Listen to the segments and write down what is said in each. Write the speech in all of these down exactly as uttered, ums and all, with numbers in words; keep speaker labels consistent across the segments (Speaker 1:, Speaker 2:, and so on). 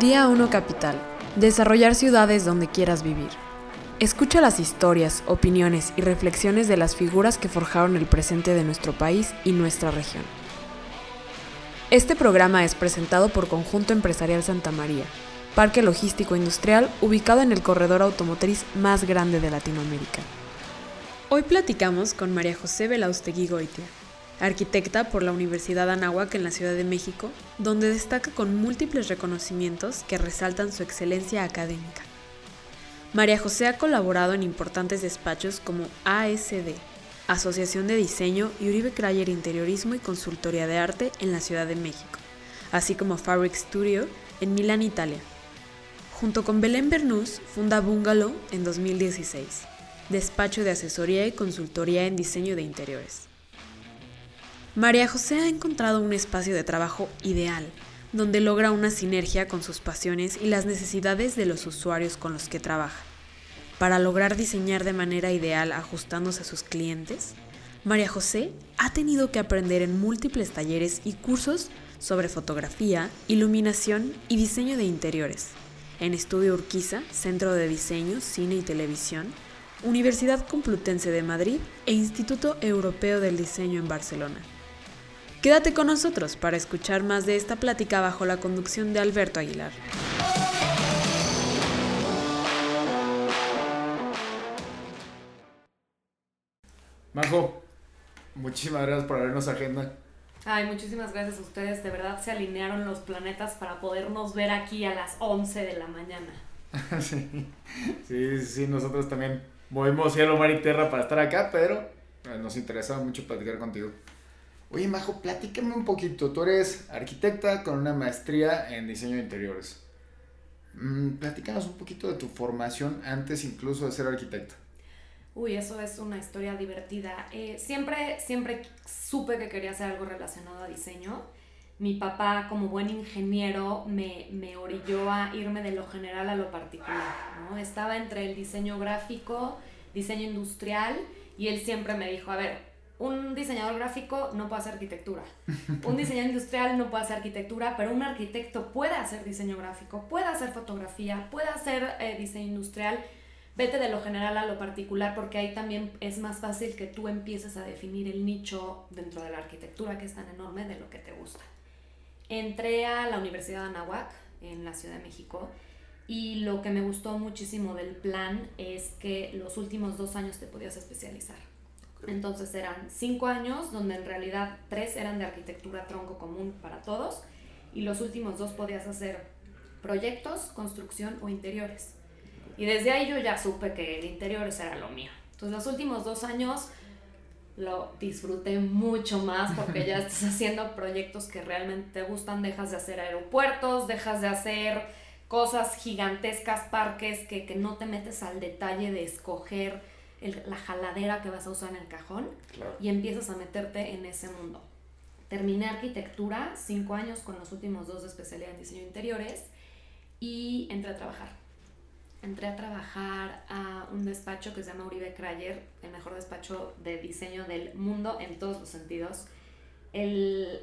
Speaker 1: Día uno Capital. Desarrollar ciudades donde quieras vivir. Escucha las historias, opiniones y reflexiones de las figuras que forjaron el presente de nuestro país y nuestra región. Este programa es presentado por Conjunto Empresarial Santa María, parque logístico industrial ubicado en el corredor automotriz más grande de Latinoamérica. Hoy platicamos con María José Belaustegui Goitia, arquitecta por la Universidad Anáhuac en la Ciudad de México, donde destaca con múltiples reconocimientos que resaltan su excelencia académica. María José ha colaborado en importantes despachos como A S D, Asociación de Diseño, y Uribe Krayer Interiorismo y Consultoría de Arte en la Ciudad de México, así como Fabric Studio en Milán, Italia. Junto con Belén Bernús, funda Bungalow en dos mil dieciséis, despacho de asesoría y consultoría en diseño de interiores. María José ha encontrado un espacio de trabajo ideal, donde logra una sinergia con sus pasiones y las necesidades de los usuarios con los que trabaja. Para lograr diseñar de manera ideal ajustándose a sus clientes, María José ha tenido que aprender en múltiples talleres y cursos sobre fotografía, iluminación y diseño de interiores, en Estudio Urquiza, Centro de Diseño, Cine y Televisión, Universidad Complutense de Madrid e Instituto Europeo del Diseño en Barcelona. Quédate con nosotros para escuchar más de esta plática bajo la conducción de Alberto Aguilar.
Speaker 2: Majo, muchísimas gracias por abrirnos agenda.
Speaker 3: Ay, muchísimas gracias a ustedes. De verdad se alinearon los planetas para podernos ver aquí a las once de la mañana.
Speaker 2: sí, sí, sí, nosotros también movimos cielo, mar y tierra para estar acá, pero nos interesaba mucho platicar contigo. Oye, Majo, platícame un poquito. Tú eres arquitecta con una maestría en diseño de interiores. Mm, platícanos un poquito de tu formación antes incluso de ser arquitecta.
Speaker 3: Uy, eso es una historia divertida. Eh, siempre, siempre supe que quería hacer algo relacionado a diseño. Mi papá, como buen ingeniero, me, me orilló a irme de lo general a lo particular, ¿no? Estaba entre el diseño gráfico, diseño industrial, y él siempre me dijo, a ver, un diseñador gráfico no puede hacer arquitectura, un diseñador industrial no puede hacer arquitectura, pero un arquitecto puede hacer diseño gráfico, puede hacer fotografía, puede hacer eh, diseño industrial. Vete de lo general a lo particular, porque ahí también es más fácil que tú empieces a definir el nicho dentro de la arquitectura, que es tan enorme, de lo que te gusta. Entré a la Universidad Anáhuac en la Ciudad de México, y lo que me gustó muchísimo del plan es que los últimos dos años te podías especializar. Entonces eran cinco años, donde en realidad tres eran de arquitectura tronco común para todos, y los últimos dos podías hacer proyectos, construcción o interiores. Y desde ahí yo ya supe que el interiores era lo mío. Entonces los últimos dos años lo disfruté mucho más, porque ya estás haciendo proyectos que realmente te gustan, dejas de hacer aeropuertos, dejas de hacer cosas gigantescas, parques, que, que no te metes al detalle de escoger El, la jaladera que vas a usar en el cajón, claro, y empiezas a meterte en ese mundo. Terminé arquitectura, cinco años con los últimos dos de especialidad en diseño de interiores, y entré a trabajar. Entré a trabajar a un despacho que se llama Uribe Krayer, el mejor despacho de diseño del mundo en todos los sentidos. El,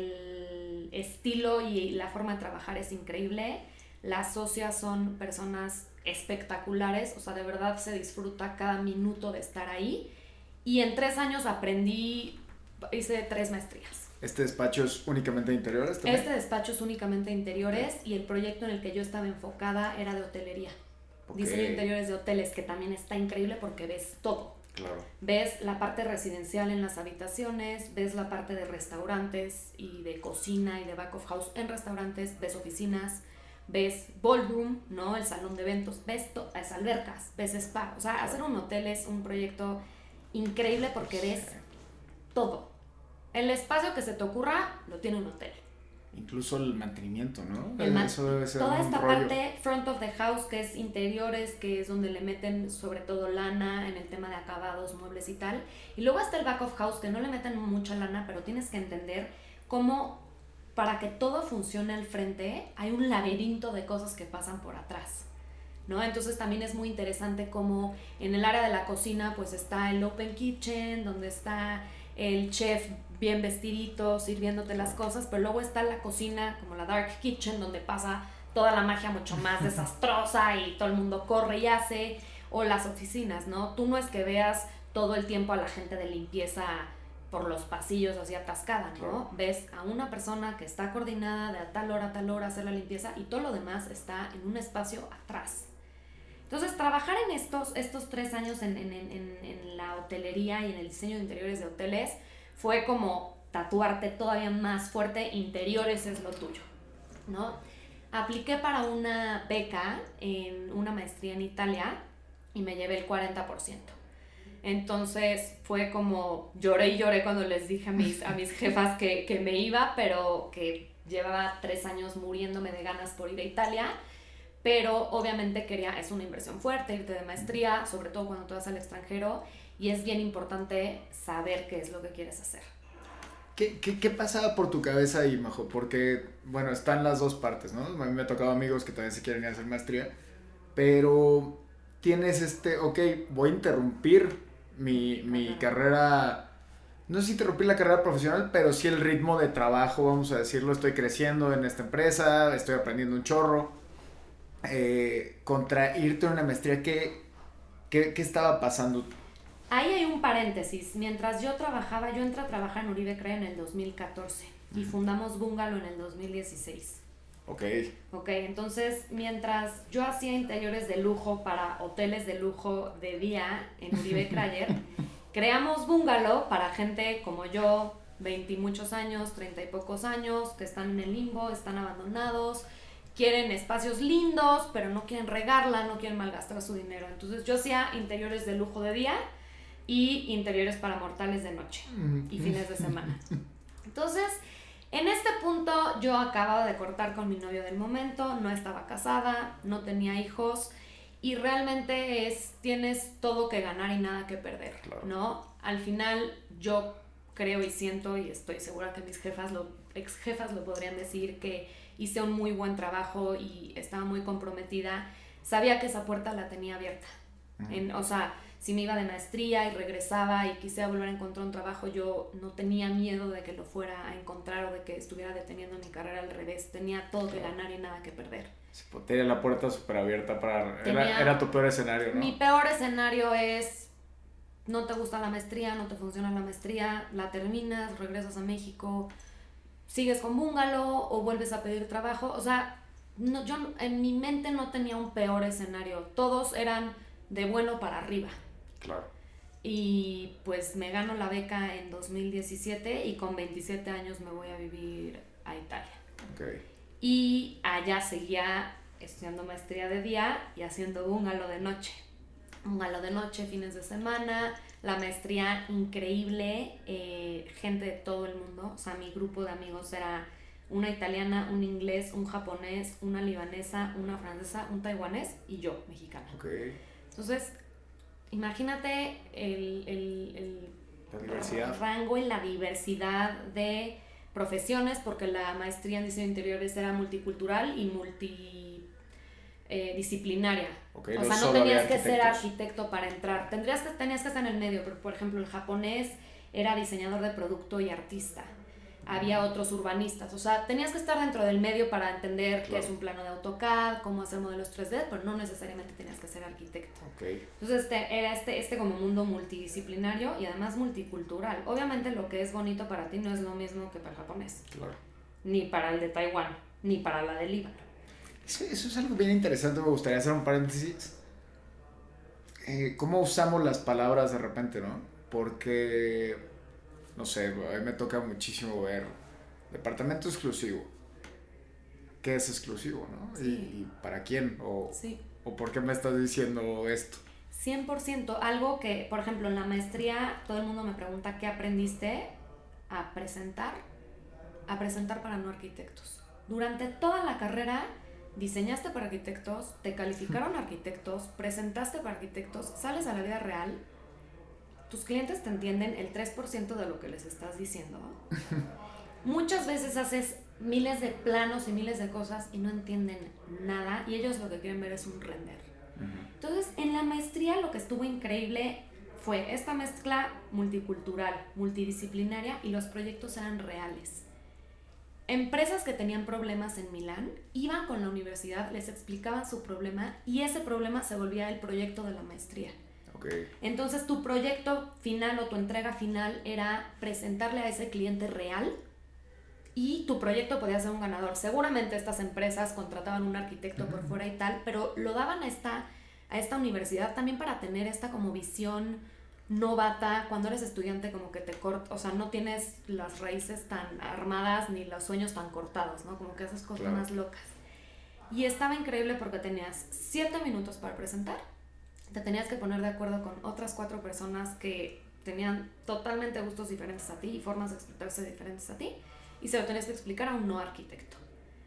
Speaker 3: el estilo y la forma de trabajar es increíble. Las socias son personas espectaculares, o sea, de verdad se disfruta cada minuto de estar ahí, y en tres años aprendí, hice tres maestrías.
Speaker 2: ¿Este despacho es únicamente de interiores también?
Speaker 3: Este despacho es únicamente de interiores, y el proyecto en el que yo estaba enfocada era de hotelería, okay. Diseño de interiores de hoteles, que también está increíble porque ves todo.
Speaker 2: Claro.
Speaker 3: Ves la parte residencial en las habitaciones, ves la parte de restaurantes y de cocina y de back of house en restaurantes, ves oficinas, ves ballroom, ¿no? El salón de eventos, ves to- ves albercas, ves spa. O sea, hacer un hotel es un proyecto increíble porque ves todo. El espacio que se te ocurra lo tiene un hotel.
Speaker 2: Incluso el mantenimiento, ¿no?
Speaker 3: El man-
Speaker 2: Eso debe ser
Speaker 3: toda
Speaker 2: un
Speaker 3: esta
Speaker 2: rollo.
Speaker 3: parte front of the house, que es interiores, que es donde le meten sobre todo lana en el tema de acabados, muebles y tal. Y luego está el back of house, que no le meten mucha lana, pero tienes que entender cómo, para que todo funcione al frente, hay un laberinto de cosas que pasan por atrás, ¿no? Entonces también es muy interesante cómo en el área de la cocina pues está el open kitchen, donde está el chef bien vestidito sirviéndote las cosas, pero luego está la cocina como la dark kitchen, donde pasa toda la magia mucho más desastrosa y todo el mundo corre y hace, o las oficinas, ¿no? Tú no es que veas todo el tiempo a la gente de limpieza por los pasillos así atascada, ¿no? Claro. Ves a una persona que está coordinada de a tal hora a tal hora hacer la limpieza y todo lo demás está en un espacio atrás. Entonces, trabajar en estos, estos tres años en, en, en, en la hotelería y en el diseño de interiores de hoteles fue como tatuarte todavía más fuerte, interiores es lo tuyo, ¿no? Apliqué para una beca en una maestría en Italia y me llevé el cuarenta por ciento. Entonces fue como lloré y lloré cuando les dije a mis, a mis jefas que, que me iba, pero que llevaba tres años muriéndome de ganas por ir a Italia, pero obviamente quería, es una inversión fuerte irte de maestría, sobre todo cuando te vas al extranjero, y es bien importante saber qué es lo que quieres hacer.
Speaker 2: ¿Qué, qué, qué pasaba por tu cabeza ahí, Majo? Porque, bueno, están las dos partes, ¿no? A mí me ha tocado amigos que también se quieren ir a hacer maestría, pero tienes este, ok, voy a interrumpir mi, mi carrera, no sé si interrumpir la carrera profesional, pero sí el ritmo de trabajo, vamos a decirlo, estoy creciendo en esta empresa, estoy aprendiendo un chorro, eh, contra irte a una maestría, ¿qué, qué, qué estaba pasando?
Speaker 3: Ahí hay un paréntesis. Mientras yo trabajaba, yo entré a trabajar en Uribe Crea en el dos mil catorce y fundamos Bungalow en el dos mil dieciséis.
Speaker 2: Ok.
Speaker 3: Ok, entonces mientras yo hacía interiores de lujo para hoteles de lujo de día en Uribe Crea, creamos Bungalow para gente como yo, veinte y muchos años, treinta y pocos años, que están en el limbo, están abandonados, quieren espacios lindos, pero no quieren regarla, no quieren malgastar su dinero. Entonces yo hacía interiores de lujo de día y interiores para mortales de noche y fines de semana. Entonces, en este punto yo acababa de cortar con mi novio del momento, no estaba casada, no tenía hijos y realmente es, tienes todo que ganar y nada que perder, claro. ¿No? Al final yo creo y siento y estoy segura que mis jefas, lo, ex jefas lo podrían decir, que hice un muy buen trabajo y estaba muy comprometida. Sabía que esa puerta la tenía abierta. En, o sea, si me iba de maestría y regresaba y quisiera volver a encontrar un trabajo, yo no tenía miedo de que lo fuera a encontrar o de que estuviera deteniendo mi carrera al revés. Tenía todo que ganar y nada que perder.
Speaker 2: Sí, pues tenía la puerta súper abierta para... Era, era tu peor escenario, ¿no?
Speaker 3: Mi peor escenario es... No te gusta la maestría, no te funciona la maestría, la terminas, regresas a México, sigues con Bungalow o vuelves a pedir trabajo. O sea, no, yo en mi mente no tenía un peor escenario. Todos eran de bueno para arriba.
Speaker 2: Claro.
Speaker 3: Y pues me gano la beca en dos mil diecisiete y con veintisiete años me voy a vivir a Italia.
Speaker 2: Okay.
Speaker 3: Y allá seguía estudiando maestría de día y haciendo Bungalow de noche. Bungalow de noche, fines de semana, la maestría increíble, eh, gente de todo el mundo. O sea, mi grupo de amigos era una italiana, un inglés, un japonés, una libanesa, una francesa, un taiwanés y yo, mexicana.
Speaker 2: Okay.
Speaker 3: Entonces, imagínate el, el, el,
Speaker 2: la diversidad.
Speaker 3: rango y la diversidad de profesiones, porque la maestría en diseño de interiores era multicultural y multidisciplinaria. Eh, okay, o sea, no tenías que ser arquitecto para entrar. Tendrías que, tenías que estar en el medio, pero por ejemplo, el japonés era diseñador de producto y artista. Había otros urbanistas, o sea, tenías que estar dentro del medio para entender claro. qué es un plano de AutoCAD, cómo hacer modelos tres D, pero no necesariamente tenías que ser arquitecto.
Speaker 2: Okay.
Speaker 3: Entonces este, era este, este como mundo multidisciplinario y además multicultural. Obviamente lo que es bonito para ti no es lo mismo que para el japonés,
Speaker 2: claro.
Speaker 3: Ni para el de Taiwán, ni para la de Líbano.
Speaker 2: Eso, eso es algo bien interesante, me gustaría hacer un paréntesis. Eh, ¿Cómo usamos las palabras de repente, no? Porque... No sé, a mí me toca muchísimo ver departamento exclusivo. ¿Qué es exclusivo, no? Sí. ¿Y, y para quién? O,
Speaker 3: sí.
Speaker 2: ¿O por qué me estás diciendo esto?
Speaker 3: cien por ciento. Algo que, por ejemplo, en la maestría todo el mundo me pregunta ¿qué aprendiste? A presentar. A presentar para no arquitectos. Durante toda la carrera diseñaste para arquitectos, te calificaron arquitectos, presentaste para arquitectos, sales a la vida real... Tus clientes te entienden el tres por ciento de lo que les estás diciendo. Muchas veces haces miles de planos y miles de cosas y no entienden nada y ellos lo que quieren ver es un render. Uh-huh. Entonces, en la maestría lo que estuvo increíble fue esta mezcla multicultural, multidisciplinaria y los proyectos eran reales. empresas que tenían problemas en Milán iban con la universidad, les explicaban su problema y ese problema se volvía el proyecto de la maestría.
Speaker 2: Okay.
Speaker 3: Entonces tu proyecto final o tu entrega final era presentarle a ese cliente real y tu proyecto podía ser un ganador. Seguramente estas empresas contrataban un arquitecto por fuera y tal, pero lo daban a esta, a esta universidad también para tener esta como visión novata. Cuando eres estudiante como que te corta, o sea, no tienes las raíces tan armadas ni los sueños tan cortados, ¿no? Como que esas cosas
Speaker 2: claro.
Speaker 3: más locas. Y estaba increíble porque tenías siete minutos para presentar, te tenías que poner de acuerdo con otras cuatro personas que tenían totalmente gustos diferentes a ti y formas de expresarse diferentes a ti, y se lo tenías que explicar a un no arquitecto.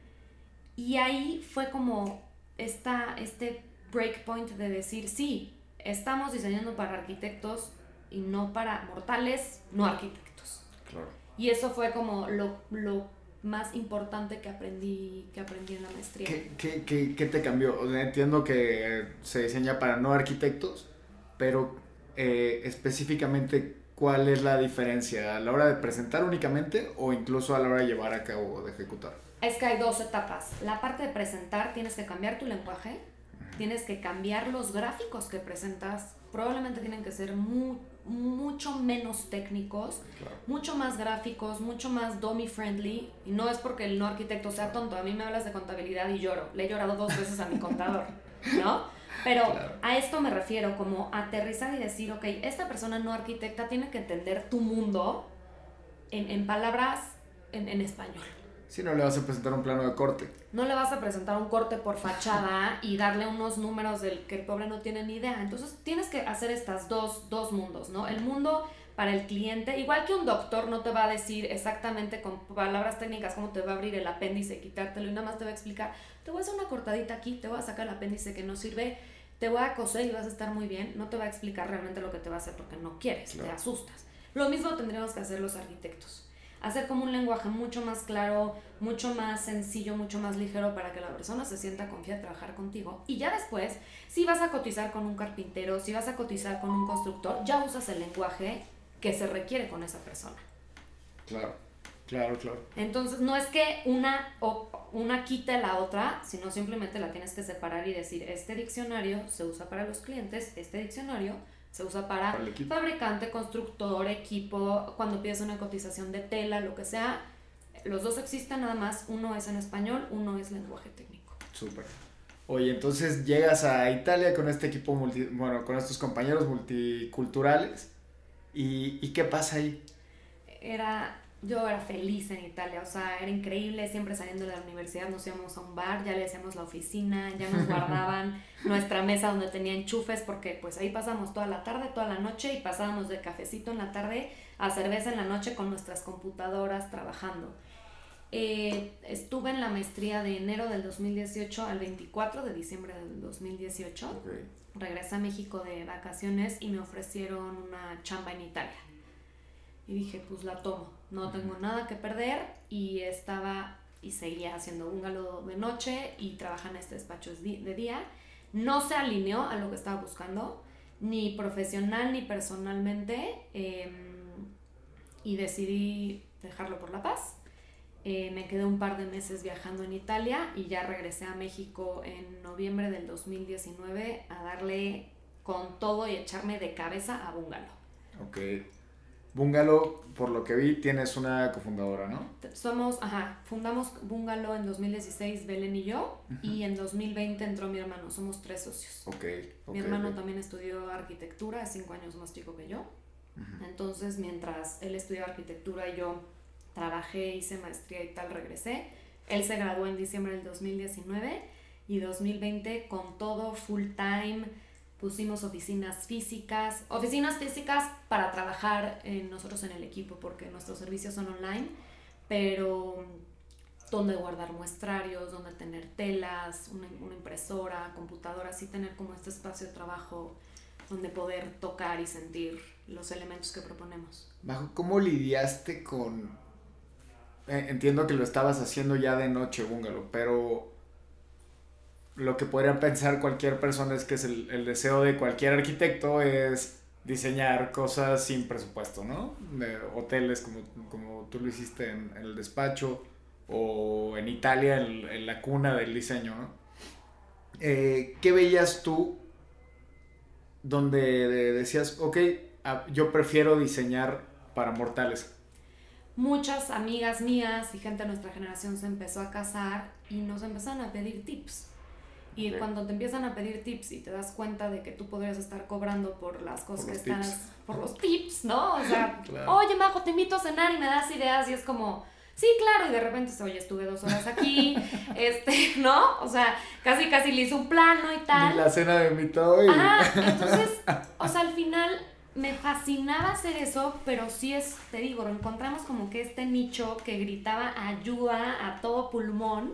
Speaker 3: Y ahí fue como esta, este breakpoint de decir, sí, estamos diseñando para arquitectos y no para mortales no arquitectos.
Speaker 2: Claro.
Speaker 3: Y eso fue como lo, lo más importante que aprendí, que aprendí en la maestría.
Speaker 2: ¿Qué, qué, qué, qué te cambió? O sea, entiendo que se diseña para no arquitectos, pero eh, específicamente, ¿cuál es la diferencia? ¿A la hora de presentar únicamente o incluso a la hora de llevar a cabo o de ejecutar?
Speaker 3: Es que hay dos etapas. La parte de presentar, tienes que cambiar tu lenguaje, tienes que cambiar los gráficos que presentas, probablemente tienen que ser muy, mucho menos técnicos,
Speaker 2: claro.
Speaker 3: mucho más gráficos, mucho más dummy friendly, y no es porque el no arquitecto sea tonto. A mí me hablas de contabilidad y lloro, le he llorado dos veces a mi contador, ¿no? Pero claro. A esto me refiero, como aterrizar y decir, ok, esta persona no arquitecta tiene que entender tu mundo en, en palabras en, en español.
Speaker 2: Si no le vas a presentar un plano de corte.
Speaker 3: No le vas a presentar un corte por fachada y darle unos números del que el pobre no tiene ni idea. Entonces tienes que hacer estas dos, dos mundos, ¿no? El mundo para el cliente, igual que un doctor no te va a decir exactamente con palabras técnicas cómo te va a abrir el apéndice y quitártelo, y nada más te va a explicar, te voy a hacer una cortadita aquí, te voy a sacar el apéndice que no sirve, te voy a coser y vas a estar muy bien. No te va a explicar realmente lo que te va a hacer porque no quieres, claro. Te asustas. Lo mismo tendríamos que hacer los arquitectos. Hacer como un lenguaje mucho más claro, mucho más sencillo, mucho más ligero para que la persona se sienta confiada de trabajar contigo. Y ya después, si vas a cotizar con un carpintero, si vas a cotizar con un constructor, ya usas el lenguaje que se requiere con esa persona.
Speaker 2: Claro, claro, claro.
Speaker 3: Entonces no es que una, o una quite la otra, sino simplemente la tienes que separar y decir, este diccionario se usa para los clientes, este diccionario se usa para, para fabricante, constructor, equipo, cuando pides una cotización de tela, lo que sea. Los dos existen, nada más uno es en español, uno es lenguaje técnico.
Speaker 2: Súper. Oye, entonces llegas a Italia con este equipo, multi, bueno, con estos compañeros multiculturales, ¿y, y qué pasa ahí?
Speaker 3: Era... Yo era feliz en Italia, o sea, era increíble, siempre saliendo de la universidad nos íbamos a un bar, ya le decíamos la oficina, ya nos guardaban nuestra mesa donde tenía enchufes, porque pues ahí pasamos toda la tarde, toda la noche, y pasábamos de cafecito en la tarde a cerveza en la noche con nuestras computadoras trabajando. Eh, estuve en la maestría de enero del dos mil dieciocho al veinticuatro de diciembre del dos mil dieciocho,
Speaker 2: okay.
Speaker 3: Regresé a México de vacaciones y me ofrecieron una chamba en Italia. Y dije, pues la tomo, no tengo nada que perder, y estaba y seguía haciendo bungalow de noche y trabajaba en este despacho de día. No se alineó a lo que estaba buscando, ni profesional ni personalmente, eh, y decidí dejarlo por la paz. Eh, me quedé un par de meses viajando en Italia y ya regresé a México en noviembre del dos mil diecinueve a darle con todo y echarme de cabeza a bungalow.
Speaker 2: Ok. Bungalow, por lo que vi, tienes una cofundadora, ¿no?
Speaker 3: Somos, ajá, fundamos Bungalow en dos mil dieciséis, Belén y yo, uh-huh. Y en dos mil veinte entró mi hermano, somos tres socios.
Speaker 2: Okay, ok.
Speaker 3: Mi hermano
Speaker 2: okay.
Speaker 3: también estudió arquitectura, es cinco años más chico que yo.
Speaker 2: Uh-huh.
Speaker 3: Entonces, mientras él estudiaba arquitectura y yo trabajé, hice maestría y tal, regresé. Él se graduó en diciembre del dos mil diecinueve y dos mil veinte con todo full time. Pusimos oficinas físicas, oficinas físicas para trabajar en nosotros en el equipo, porque nuestros servicios son online, pero donde guardar muestrarios, donde tener telas, una, una impresora, computadora, así tener como este espacio de trabajo donde poder tocar y sentir los elementos que proponemos.
Speaker 2: Majo, ¿cómo lidiaste con...? Eh, entiendo que lo estabas haciendo ya de noche, Bungalow, pero... Lo que podría pensar cualquier persona es que es el, el deseo de cualquier arquitecto es diseñar cosas sin presupuesto, ¿no? De hoteles como, como tú lo hiciste en, en el despacho, o en Italia, en, en la cuna del diseño, ¿no? Eh, ¿Qué veías tú donde de, decías, ok, yo prefiero diseñar para mortales?
Speaker 3: Muchas amigas mías y gente de nuestra generación se empezó a casar y nos empezaron a pedir tips. Y okay. Cuando te empiezan a pedir tips y te das cuenta de que tú podrías estar cobrando por las cosas por que estás, tips. por los tips, ¿no? O sea, claro. Oye, Majo, te invito a cenar y me das ideas y es como, sí, claro, y de repente, oye, estuve dos horas aquí, este, ¿no? O sea, casi, casi le hice un plano y tal.
Speaker 2: Y la cena me invitó y...
Speaker 3: Ah, entonces, o sea, al final me fascinaba hacer eso, pero sí es, te digo, encontramos como que este nicho que gritaba ayuda a todo pulmón.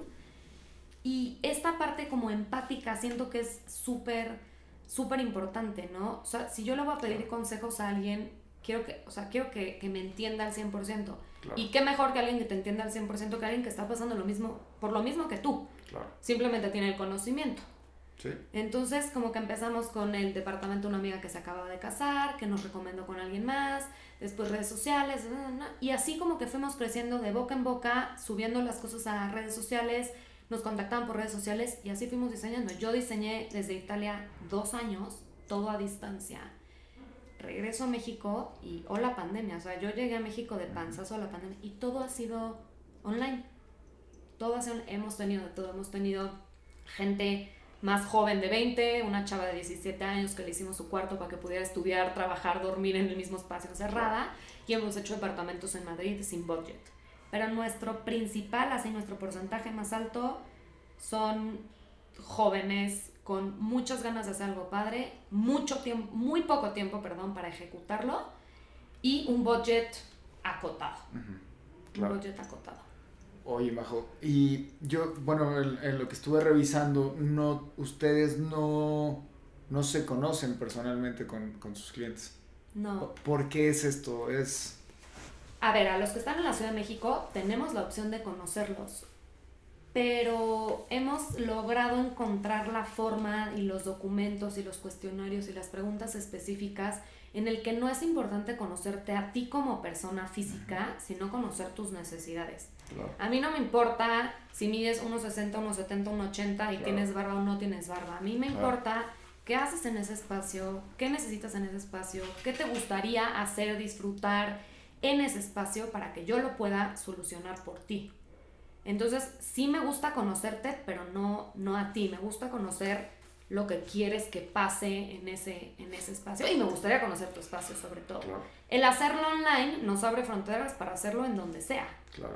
Speaker 3: Y esta parte como empática siento que es súper, súper importante, ¿no? O sea, si yo le voy a pedir claro. consejos a alguien, quiero que, o sea, quiero que, que me entienda al cien por ciento. Claro. Y qué mejor que alguien que te entienda al cien por ciento que alguien que está pasando lo mismo, por lo mismo que tú.
Speaker 2: Claro.
Speaker 3: Simplemente tiene el conocimiento.
Speaker 2: Sí.
Speaker 3: Entonces, como que empezamos con el departamento de una amiga que se acababa de casar, que nos recomendó con alguien más, después redes sociales, y así como que fuimos creciendo de boca en boca, subiendo las cosas a redes sociales. Nos contactaban por redes sociales y así fuimos diseñando. Yo diseñé desde Italia dos años, todo a distancia. Regreso a México y hola pandemia. O sea, yo llegué a México de panzazo a la pandemia y todo ha sido online. Todo ha sido, hemos tenido de todo. Hemos tenido gente más joven de veinte, una chava de diecisiete años que le hicimos su cuarto para que pudiera estudiar, trabajar, dormir en el mismo espacio encerrada. Y hemos hecho departamentos en Madrid sin budget. Pero nuestro principal, así nuestro porcentaje más alto, son jóvenes con muchas ganas de hacer algo padre, mucho tiempo, muy poco tiempo, perdón, para ejecutarlo y un budget acotado. Uh-huh. Claro. Un budget acotado.
Speaker 2: Oye, Majo, y yo, bueno, en, en lo que estuve revisando, no, ustedes no, no se conocen personalmente con, con sus clientes.
Speaker 3: No.
Speaker 2: ¿Por qué es esto? Es...
Speaker 3: A ver, a los que están en la Ciudad de México tenemos la opción de conocerlos, pero hemos logrado encontrar la forma y los documentos y los cuestionarios y las preguntas específicas en el que no es importante conocerte a ti como persona física, sino conocer tus necesidades.
Speaker 2: Claro.
Speaker 3: A mí no me importa si mides uno sesenta, uno setenta, uno ochenta y claro. tienes barba o no tienes barba. A mí me claro. importa qué haces en ese espacio, qué necesitas en ese espacio, qué te gustaría hacer, disfrutar en ese espacio para que yo lo pueda solucionar por ti. Entonces, sí me gusta conocerte, pero no, no a ti. Me gusta conocer lo que quieres que pase en ese, en ese espacio. Y me gustaría conocer tu espacio, sobre todo.
Speaker 2: Claro.
Speaker 3: El hacerlo online nos abre fronteras para hacerlo en donde sea.
Speaker 2: Claro.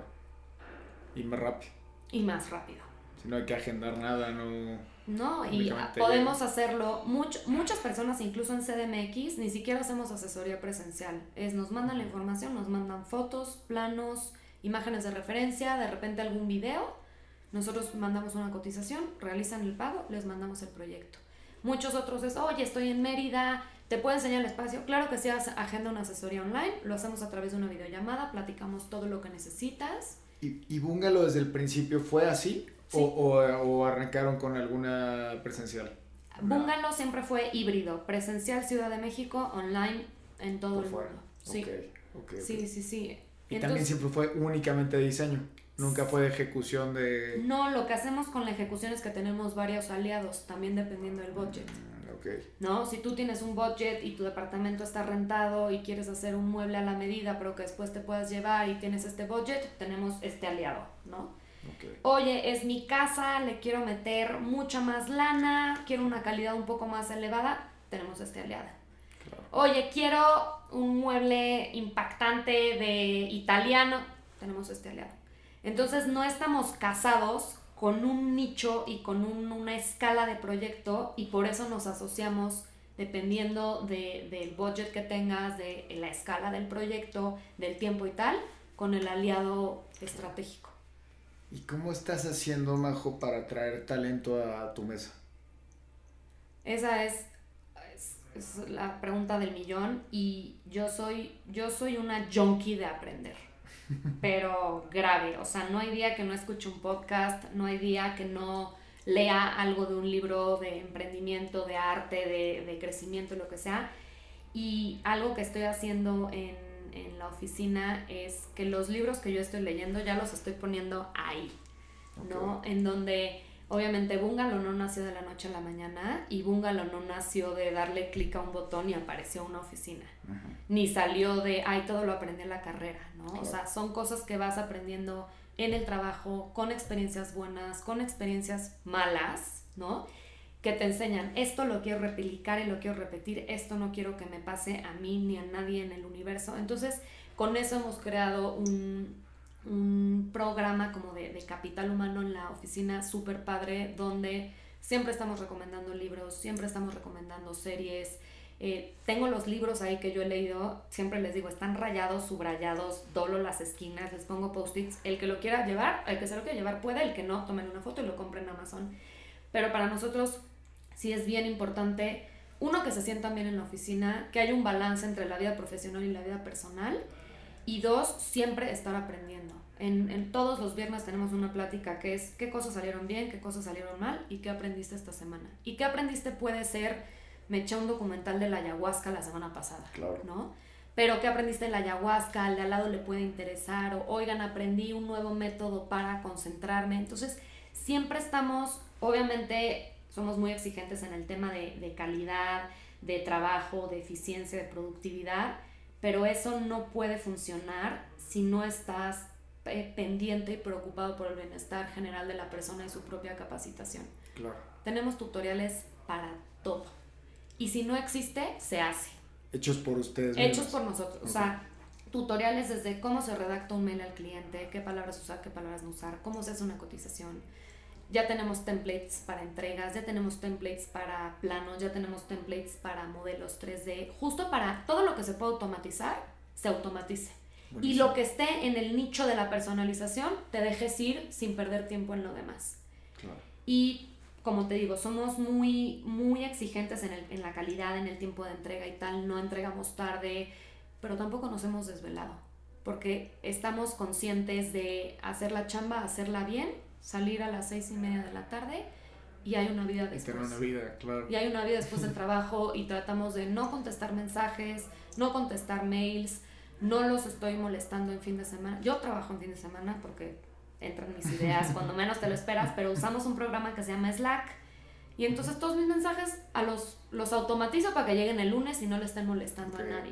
Speaker 2: Y más rápido.
Speaker 3: Y más rápido.
Speaker 2: Si no hay que agendar nada, no...
Speaker 3: No, y podemos hacerlo, mucho, muchas personas, incluso en C D M X, ni siquiera hacemos asesoría presencial. Es, nos mandan la información, nos mandan fotos, planos, imágenes de referencia, de repente algún video. Nosotros mandamos una cotización, realizan el pago, les mandamos el proyecto. Muchos otros es, oye, estoy en Mérida, ¿te puedo enseñar el espacio? Claro que sí, agenda una asesoría online, lo hacemos a través de una videollamada, platicamos todo lo que necesitas.
Speaker 2: ¿Y, y Bungalow desde el principio fue así? Sí. O, o, ¿O arrancaron con alguna presencial?
Speaker 3: Bungalow siempre fue híbrido, presencial Ciudad de México, online en todo Por el fuera. mundo. Sí.
Speaker 2: Okay, okay,
Speaker 3: sí,
Speaker 2: okay.
Speaker 3: sí, sí.
Speaker 2: Y Entonces, también siempre fue únicamente de diseño, nunca fue de ejecución de...
Speaker 3: No, lo que hacemos con la ejecución es que tenemos varios aliados, también dependiendo del budget.
Speaker 2: Okay.
Speaker 3: ¿No? Si tú tienes un budget y tu departamento está rentado y quieres hacer un mueble a la medida, pero que después te puedas llevar y tienes este budget, tenemos este aliado, ¿no?
Speaker 2: Okay.
Speaker 3: Oye, es mi casa, le quiero meter mucha más lana, quiero una calidad un poco más elevada, tenemos este aliado.
Speaker 2: Claro.
Speaker 3: Oye, quiero un mueble impactante de italiano, tenemos este aliado. Entonces no estamos casados con un nicho y con un, una escala de proyecto y por eso nos asociamos dependiendo de, del budget que tengas, de la escala del proyecto, del tiempo y tal, con el aliado estratégico.
Speaker 2: ¿Y cómo estás haciendo, Majo, para traer talento a tu mesa?
Speaker 3: Esa es, es, es la pregunta del millón y yo soy, yo soy una junkie de aprender, pero grave. O sea, no hay día que no escuche un podcast, no hay día que no lea algo de un libro de emprendimiento, de arte, de, de crecimiento, lo que sea. Y algo que estoy haciendo en, en la oficina es que los libros que yo estoy leyendo ya los estoy poniendo ahí, ¿no? Okay. En donde obviamente Bungalow no nació de la noche a la mañana y Bungalow no nació de darle clic a un botón y apareció una oficina. Uh-huh. Ni salió de, ay, todo lo aprendí en la carrera, ¿no? Claro. O sea, son cosas que vas aprendiendo en el trabajo, con experiencias buenas, con experiencias malas, ¿no? Que te enseñan, esto lo quiero replicar y lo quiero repetir, esto no quiero que me pase a mí ni a nadie en el universo. Entonces, con eso hemos creado un, un programa como de, de capital humano en la oficina súper padre, donde siempre estamos recomendando libros, siempre estamos recomendando series. Eh, tengo los libros ahí que yo he leído, siempre les digo, están rayados, subrayados, doblo las esquinas, les pongo post-its. El que lo quiera llevar, el que se lo quiera llevar puede, el que no, tomen una foto y lo compren en Amazon. Pero para nosotros sí es bien importante, uno, que se sientan bien en la oficina, que haya un balance entre la vida profesional y la vida personal, y dos, siempre estar aprendiendo. En, en todos los viernes tenemos una plática que es qué cosas salieron bien, qué cosas salieron mal y qué aprendiste esta semana. Y qué aprendiste puede ser, me eché un documental de la ayahuasca la semana pasada, claro, ¿no? Pero qué aprendiste de la ayahuasca, al de al lado le puede interesar, o oigan, aprendí un nuevo método para concentrarme. Entonces, siempre estamos, obviamente, somos muy exigentes en el tema de, de calidad, de trabajo, de eficiencia, de productividad, pero eso no puede funcionar si no estás eh, pendiente y preocupado por el bienestar general de la persona y su propia capacitación.
Speaker 2: Claro.
Speaker 3: Tenemos tutoriales para todo. Y si no existe, se hace.
Speaker 2: Hechos por ustedes
Speaker 3: Hechos
Speaker 2: mismos.
Speaker 3: por nosotros. Okay. O sea, tutoriales desde cómo se redacta un mail al cliente, qué palabras usar, qué palabras no usar, cómo se hace una cotización. Ya tenemos templates para entregas, ya tenemos templates para planos, ya tenemos templates para modelos tres D, justo para todo lo que se puede automatizar, se automatice. Buenísimo. Y lo que esté en el nicho de la personalización, te dejes ir sin perder tiempo en lo demás.
Speaker 2: Claro.
Speaker 3: Y como te digo, somos muy, muy exigentes en, el, en la calidad, en el tiempo de entrega y tal, no entregamos tarde, pero tampoco nos hemos desvelado, porque estamos conscientes de hacer la chamba, hacerla bien, salir a las seis y media de la tarde y hay una vida después.
Speaker 2: Y tener una vida, claro.
Speaker 3: Y hay una vida después del trabajo y tratamos de no contestar mensajes, no contestar mails, no los estoy molestando en fin de semana. Yo trabajo en fin de semana porque entran mis ideas cuando menos te lo esperas, pero usamos un programa que se llama Slack y entonces todos mis mensajes a los, los automatizo para que lleguen el lunes y no le estén molestando okay. a nadie.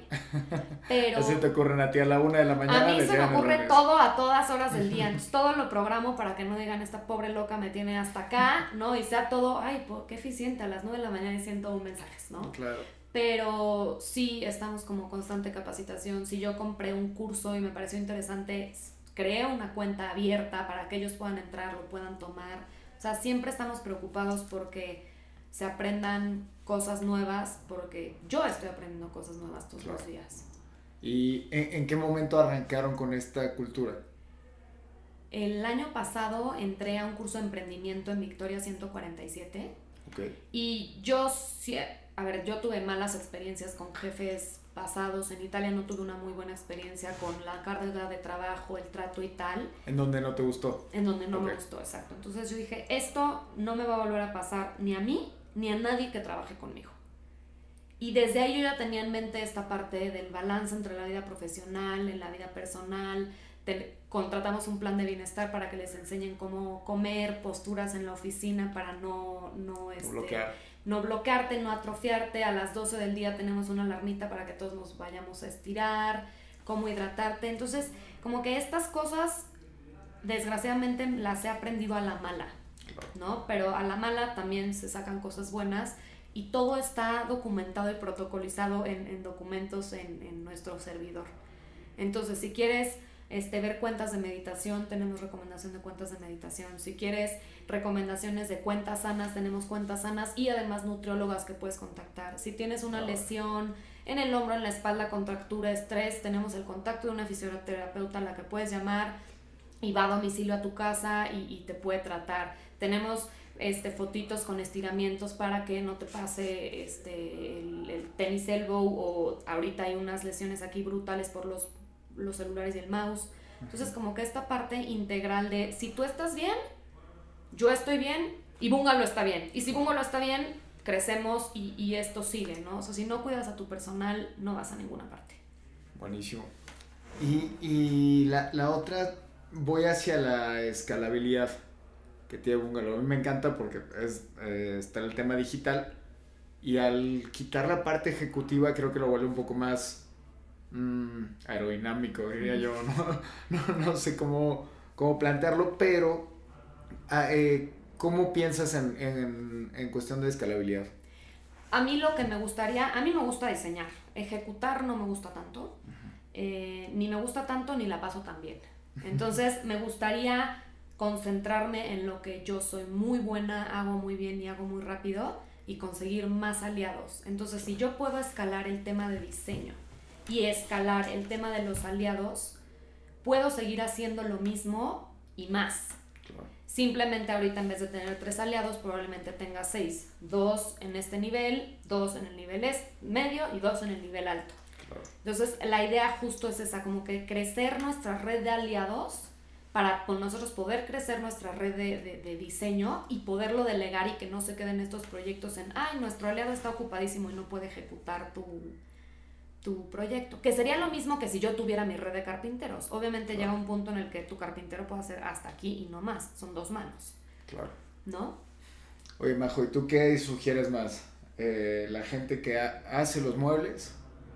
Speaker 3: Pero
Speaker 2: así te ocurren a ti a la una de la mañana.
Speaker 3: A mí se me ocurre todo a todas horas del día, entonces todo lo programo para que no digan esta pobre loca me tiene hasta acá, ¿no? Y sea todo, ay, po, qué eficiente, a las nueve de la mañana y ciento un mensajes, ¿no?
Speaker 2: Claro.
Speaker 3: Pero sí estamos como constante capacitación. Si yo compré un curso y me pareció interesante, creé una cuenta abierta para que ellos puedan entrar, lo puedan tomar. O sea, siempre estamos preocupados porque se aprendan cosas nuevas, porque yo estoy aprendiendo cosas nuevas todos claro. los días.
Speaker 2: ¿Y en, en qué momento arrancaron con esta cultura?
Speaker 3: El año pasado entré a un curso de emprendimiento en Victoria ciento cuarenta y siete.
Speaker 2: Okay.
Speaker 3: Y yo, a ver, yo tuve malas experiencias con jefes pasados. En Italia no tuve una muy buena experiencia con la carga de trabajo, el trato y tal.
Speaker 2: ¿En donde no te gustó?
Speaker 3: En donde no
Speaker 2: okay.
Speaker 3: me gustó, exacto. Entonces yo dije, esto no me va a volver a pasar ni a mí, ni a nadie que trabaje conmigo. Y desde ahí yo ya tenía en mente esta parte del balance entre la vida profesional, en la vida personal. Te, contratamos un plan de bienestar para que les enseñen cómo comer, posturas en la oficina para no, no, este,
Speaker 2: bloquear.
Speaker 3: no bloquearte, no atrofiarte. A las doce del día tenemos una alarmita para que todos nos vayamos a estirar, cómo hidratarte. Entonces, como que estas cosas, desgraciadamente, las he aprendido a la mala, ¿no? Pero a la mala también se sacan cosas buenas y todo está documentado y protocolizado en, en documentos en, en nuestro servidor. Entonces, si quieres Este, ver cuentas de meditación, tenemos recomendación de cuentas de meditación. Si quieres recomendaciones de cuentas sanas, tenemos cuentas sanas y además nutriólogas que puedes contactar. Si tienes una oh. lesión en el hombro, en la espalda, contractura, estrés, tenemos el contacto de una fisioterapeuta a la que puedes llamar y va a domicilio a tu casa y, y te puede tratar. Tenemos este, fotitos con estiramientos para que no te pase este, el, el tenis elbow, o ahorita hay unas lesiones aquí brutales por los los celulares y el mouse. Entonces como que esta parte integral de si tú estás bien, yo estoy bien y Bungalow está bien, y si Bungalow está bien, crecemos y, y esto sigue, ¿no? O sea, si no cuidas a tu personal, no vas a ninguna parte.
Speaker 2: Buenísimo. Y, y la, la otra, voy hacia la escalabilidad que tiene Bungalow. A mí me encanta porque es, eh, está el tema digital y al quitar la parte ejecutiva creo que lo vuelve un poco más mmm, aerodinámico, diría yo. No, no, no sé cómo, cómo plantearlo, pero eh, ¿cómo piensas en, en, en cuestión de escalabilidad?
Speaker 3: A mí lo que me gustaría, a mí me gusta diseñar, ejecutar no me gusta tanto, eh, ni me gusta tanto ni la paso tan bien. Entonces me gustaría concentrarme en lo que yo soy muy buena, hago muy bien y hago muy rápido y conseguir más aliados. Entonces si yo puedo escalar el tema de diseño y escalar el tema de los aliados, puedo seguir haciendo lo mismo y más. Claro. Simplemente ahorita en vez de tener tres aliados probablemente tenga seis, dos en este nivel, dos en el nivel medio y dos en el nivel alto. Claro. Entonces la idea justo es esa, como que crecer nuestra red de aliados para con nosotros poder crecer nuestra red de, de, de diseño y poderlo delegar y que no se queden estos proyectos en, ay, nuestro aliado está ocupadísimo y no puede ejecutar tu, tu proyecto. Que sería lo mismo que si yo tuviera mi red de carpinteros. Obviamente claro. Llega un punto en el que tu carpintero puede hacer hasta aquí y no más. Son dos manos.
Speaker 2: Claro.
Speaker 3: ¿No?
Speaker 2: Oye, Majo, ¿y tú qué sugieres más? Eh, ¿La gente que ha, hace los muebles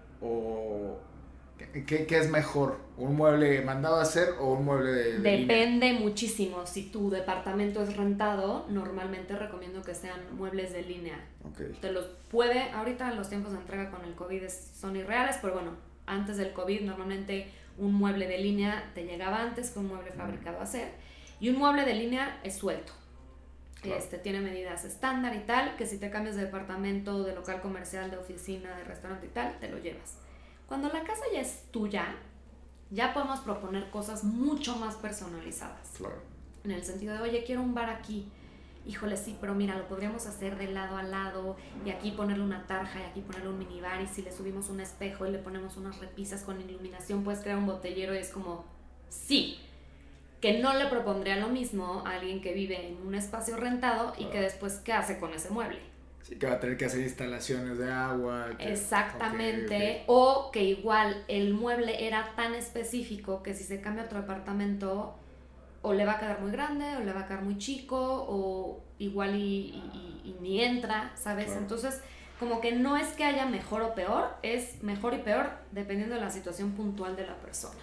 Speaker 2: o qué, qué es mejor? ¿Un mueble mandado a hacer o un mueble de, de
Speaker 3: Depende
Speaker 2: línea?
Speaker 3: Muchísimo. Si tu departamento es rentado, normalmente recomiendo que sean muebles de línea.
Speaker 2: Okay.
Speaker 3: Te los puede, ahorita los tiempos de entrega con el COVID son irreales, pero bueno, antes del COVID normalmente un mueble de línea te llegaba antes que un mueble fabricado a hacer. Y un mueble de línea es suelto. Claro. Este, tiene medidas estándar y tal, que si te cambias de departamento, de local comercial, de oficina, de restaurante y tal, te lo llevas. Cuando la casa ya es tuya, ya podemos proponer cosas mucho más personalizadas.
Speaker 2: Claro.
Speaker 3: En el sentido de, oye, quiero un bar aquí. Híjole, sí, pero mira, lo podríamos hacer de lado a lado y aquí ponerle una tarja y aquí ponerle un minibar y si le subimos un espejo y le ponemos unas repisas con iluminación, puedes crear un botellero y es como, sí, que no le propondría lo mismo a alguien que vive en un espacio rentado y que después, ¿qué hace con ese mueble?
Speaker 2: Sí, que va a tener que hacer instalaciones de agua. Que...
Speaker 3: Exactamente, okay, okay. O que igual el mueble era tan específico que si se cambia a otro departamento o le va a quedar muy grande o le va a quedar muy chico o igual y, y, y, y ni entra, ¿sabes? Claro. Entonces, como que no es que haya mejor o peor, es mejor y peor dependiendo de la situación puntual de la persona.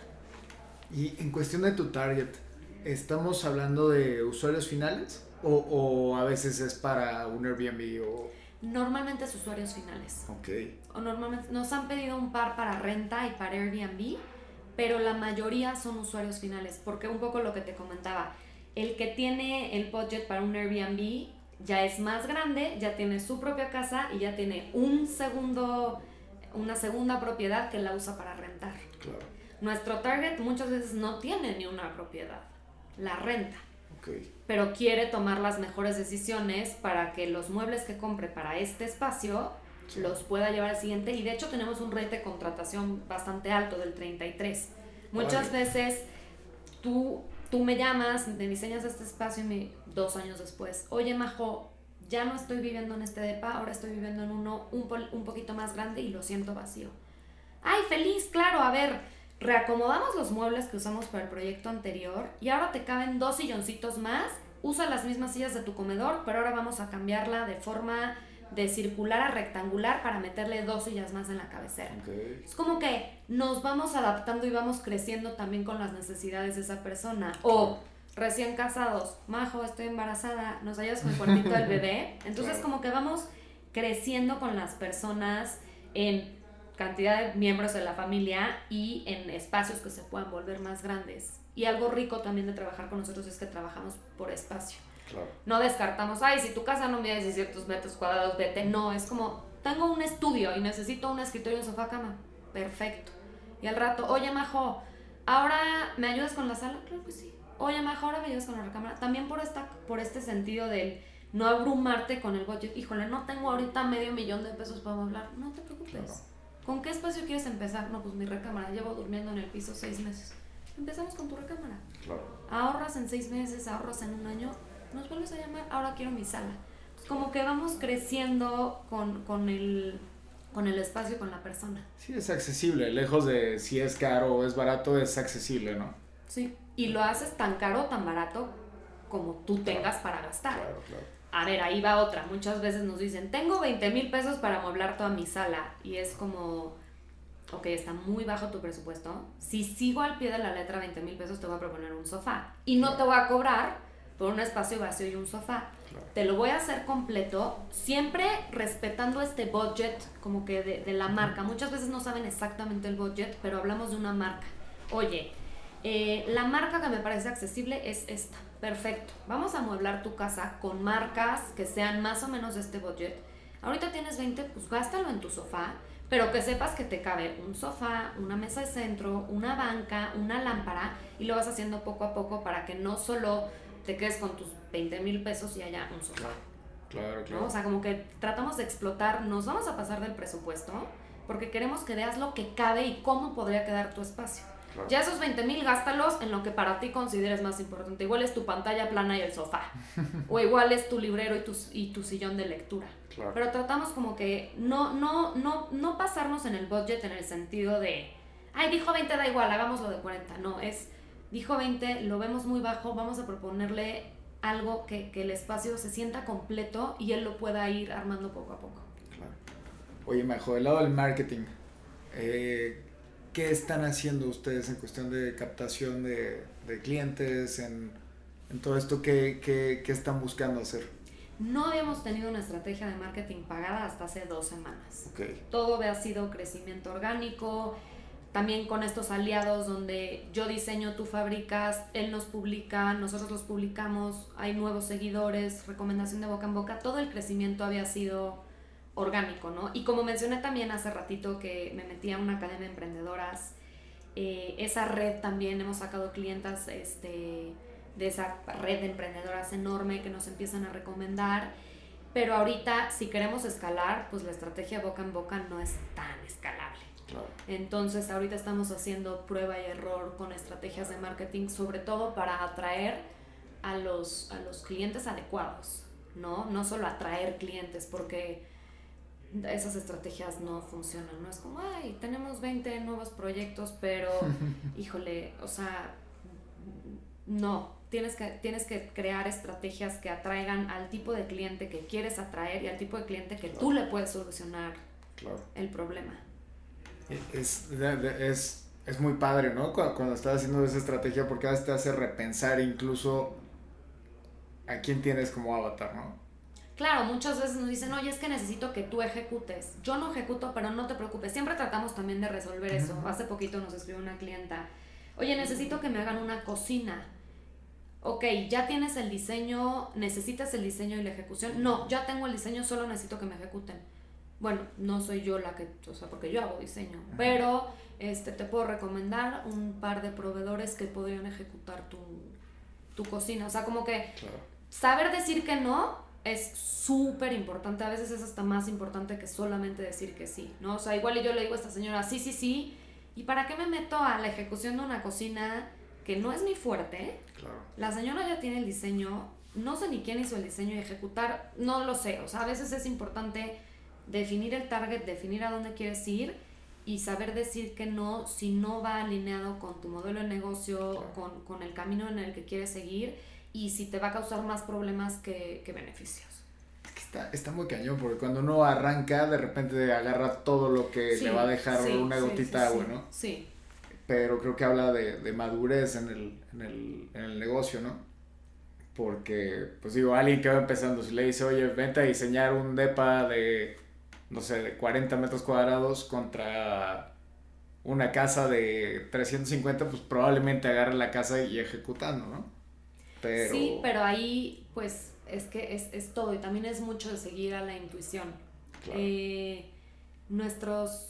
Speaker 2: Y en cuestión de tu target, ¿estamos hablando de usuarios finales? O, o a veces es para un Airbnb o...
Speaker 3: Normalmente es usuarios finales.
Speaker 2: Ok.
Speaker 3: O normalmente nos han pedido un par para renta y para Airbnb, pero la mayoría son usuarios finales, porque un poco lo que te comentaba, el que tiene el budget para un Airbnb ya es más grande, ya tiene su propia casa y ya tiene un segundo, una segunda propiedad que la usa para rentar.
Speaker 2: Claro.
Speaker 3: Nuestro target muchas veces no tiene ni una propiedad, la renta.
Speaker 2: Okay.
Speaker 3: Pero quiere tomar las mejores decisiones para que los muebles que compre para este espacio sí. los pueda llevar al siguiente, y de hecho tenemos un rate de contratación bastante alto del treinta y tres. Muchas Ay. veces tú, tú me llamas, me diseñas este espacio y me, dos años después, oye Majo, ya no estoy viviendo en este depa, ahora estoy viviendo en uno un, pol, un poquito más grande y lo siento vacío. Ay, feliz, claro, a ver, reacomodamos los muebles que usamos para el proyecto anterior y ahora te caben dos silloncitos más, usa las mismas sillas de tu comedor, pero ahora vamos a cambiarla de forma de circular a rectangular para meterle dos sillas más en la cabecera.
Speaker 2: Okay.
Speaker 3: Es como que nos vamos adaptando y vamos creciendo también con las necesidades de esa persona. O recién casados, Majo, estoy embarazada, ¿nos ayudas con el cuartito del bebé? Entonces claro. como que vamos creciendo con las personas en cantidad de miembros de la familia y en espacios que se puedan volver más grandes. Y algo rico también de trabajar con nosotros es que trabajamos por espacio.
Speaker 2: Claro.
Speaker 3: No descartamos, ay, si tu casa no mide diecisiete metros cuadrados, vete. No, es como, tengo un estudio y necesito un escritorio y un sofá cama. Perfecto. Y al rato, oye Majo, ¿ahora me ayudas con la sala? Claro que sí. Oye Majo, ¿ahora me ayudas con la recámara? También por, esta, por este sentido del no abrumarte con el budget. Híjole, no tengo ahorita medio millón de pesos para hablar. No te preocupes. Claro. ¿Con qué espacio quieres empezar? No, pues mi recámara. Llevo durmiendo en el piso seis meses. Empezamos con tu recámara.
Speaker 2: Claro.
Speaker 3: Ahorras en seis meses, ahorras en un año. Nos vuelves a llamar, ahora quiero mi sala. Pues como que vamos creciendo con, con, el, con el espacio y con la persona.
Speaker 2: Sí, es accesible, lejos de si es caro o es barato, es accesible, ¿no?
Speaker 3: Sí, y lo haces tan caro o tan barato como tú tengas para gastar.
Speaker 2: Claro, claro.
Speaker 3: A ver, ahí va otra. Muchas veces nos dicen, tengo veinte mil pesos para amueblar toda mi sala. Y es como, ok, está muy bajo tu presupuesto. Si sigo al pie de la letra veinte mil pesos, te voy a proponer un sofá. Y no te voy a cobrar por un espacio vacío y un sofá. Claro. Te lo voy a hacer completo, siempre respetando este budget como que de, de la marca. Muchas veces no saben exactamente el budget, pero hablamos de una marca. Oye, eh, la marca que me parece accesible es esta. Perfecto, vamos a amueblar tu casa con marcas que sean más o menos de este budget. Ahorita tienes veinte, pues gástalo en tu sofá, pero que sepas que te cabe un sofá, una mesa de centro, una banca, una lámpara, y lo vas haciendo poco a poco para que no solo te quedes con tus veinte mil pesos y haya un sofá.
Speaker 2: Claro, claro.
Speaker 3: ¿No? O sea, como que tratamos de explotar, nos vamos a pasar del presupuesto porque queremos que veas lo que cabe y cómo podría quedar tu espacio. Claro. Ya esos veinte mil gástalos en lo que para ti consideres más importante. Igual es tu pantalla plana y el sofá. O igual es tu librero y tu, y tu sillón de lectura. Claro. Pero tratamos como que no, no, no, no pasarnos en el budget en el sentido de, ay, dijo veinte, da igual, hagámoslo de cuarenta. No, es, dijo veinte, lo vemos muy bajo, vamos a proponerle algo que, que el espacio se sienta completo y él lo pueda ir armando poco a poco.
Speaker 2: Claro. Oye, Majo, del lado del marketing, eh... ¿qué están haciendo ustedes en cuestión de captación de, de clientes, en, en todo esto? ¿Qué, qué, ¿Qué están buscando hacer?
Speaker 3: No habíamos tenido una estrategia de marketing pagada hasta hace dos semanas.
Speaker 2: Okay.
Speaker 3: Todo ha sido crecimiento orgánico, también con estos aliados donde yo diseño, tú fabricas, él nos publica, nosotros los publicamos, hay nuevos seguidores, recomendación de boca en boca, todo el crecimiento había sido orgánico, ¿no? Y como mencioné también hace ratito que me metí a una academia de emprendedoras, eh, esa red también hemos sacado clientas este, de esa red de emprendedoras enorme que nos empiezan a recomendar, pero ahorita si queremos escalar, pues la estrategia boca en boca no es tan escalable.
Speaker 2: Claro.
Speaker 3: Entonces ahorita estamos haciendo prueba y error con estrategias de marketing, sobre todo para atraer a los, a los clientes adecuados, ¿no? No solo atraer clientes, porque esas estrategias no funcionan, no es como, ay, tenemos veinte nuevos proyectos, pero híjole, o sea, no, tienes que, tienes que crear estrategias que atraigan al tipo de cliente que quieres atraer y al tipo de cliente que claro. Tú le puedes solucionar claro. El problema.
Speaker 2: Es, es, es muy padre, ¿no? Cuando, cuando estás haciendo esa estrategia, porque a veces te hace repensar incluso a quién tienes como avatar, ¿no?
Speaker 3: Claro, muchas veces nos dicen, oye, es que necesito que tú ejecutes. Yo no ejecuto, pero no te preocupes. Siempre tratamos también de resolver eso. Hace poquito nos escribió una clienta, oye, necesito que me hagan una cocina. Ok, ya tienes el diseño, necesitas el diseño y la ejecución. No, ya tengo el diseño, solo necesito que me ejecuten. Bueno, no soy yo la que, o sea, porque yo hago diseño, pero este, te puedo recomendar un par de proveedores que podrían ejecutar tu, tu cocina. O sea, como que claro. Saber decir que no es súper importante, a veces es hasta más importante que solamente decir que sí, ¿no? O sea, igual yo le digo a esta señora, sí, sí, sí, ¿y para qué me meto a la ejecución de una cocina que no es mi fuerte?
Speaker 2: Claro.
Speaker 3: La señora ya tiene el diseño, no sé ni quién hizo el diseño y ejecutar, no lo sé, o sea, a veces es importante definir el target, definir a dónde quieres ir y saber decir que no si no va alineado con tu modelo de negocio, claro. con, con el camino en el que quieres seguir, y si te va a causar más problemas que, que beneficios.
Speaker 2: Es que está, está muy cañón, porque cuando uno arranca, de repente agarra todo lo que sí, le va a dejar sí, una gotita sí, sí, de agua,
Speaker 3: sí,
Speaker 2: ¿no?
Speaker 3: Sí.
Speaker 2: Pero creo que habla de, de madurez en el, en, el, en el negocio, ¿no? Porque, pues digo, alguien que va empezando, si le dice, oye, vente a diseñar un depa de, no sé, de cuarenta metros cuadrados contra una casa de trescientos cincuenta, pues probablemente agarre la casa y ejecutando, ¿no? Pero...
Speaker 3: Sí, pero ahí pues es que es, es todo y también es mucho de seguir a la intuición. Claro. Eh, nuestros...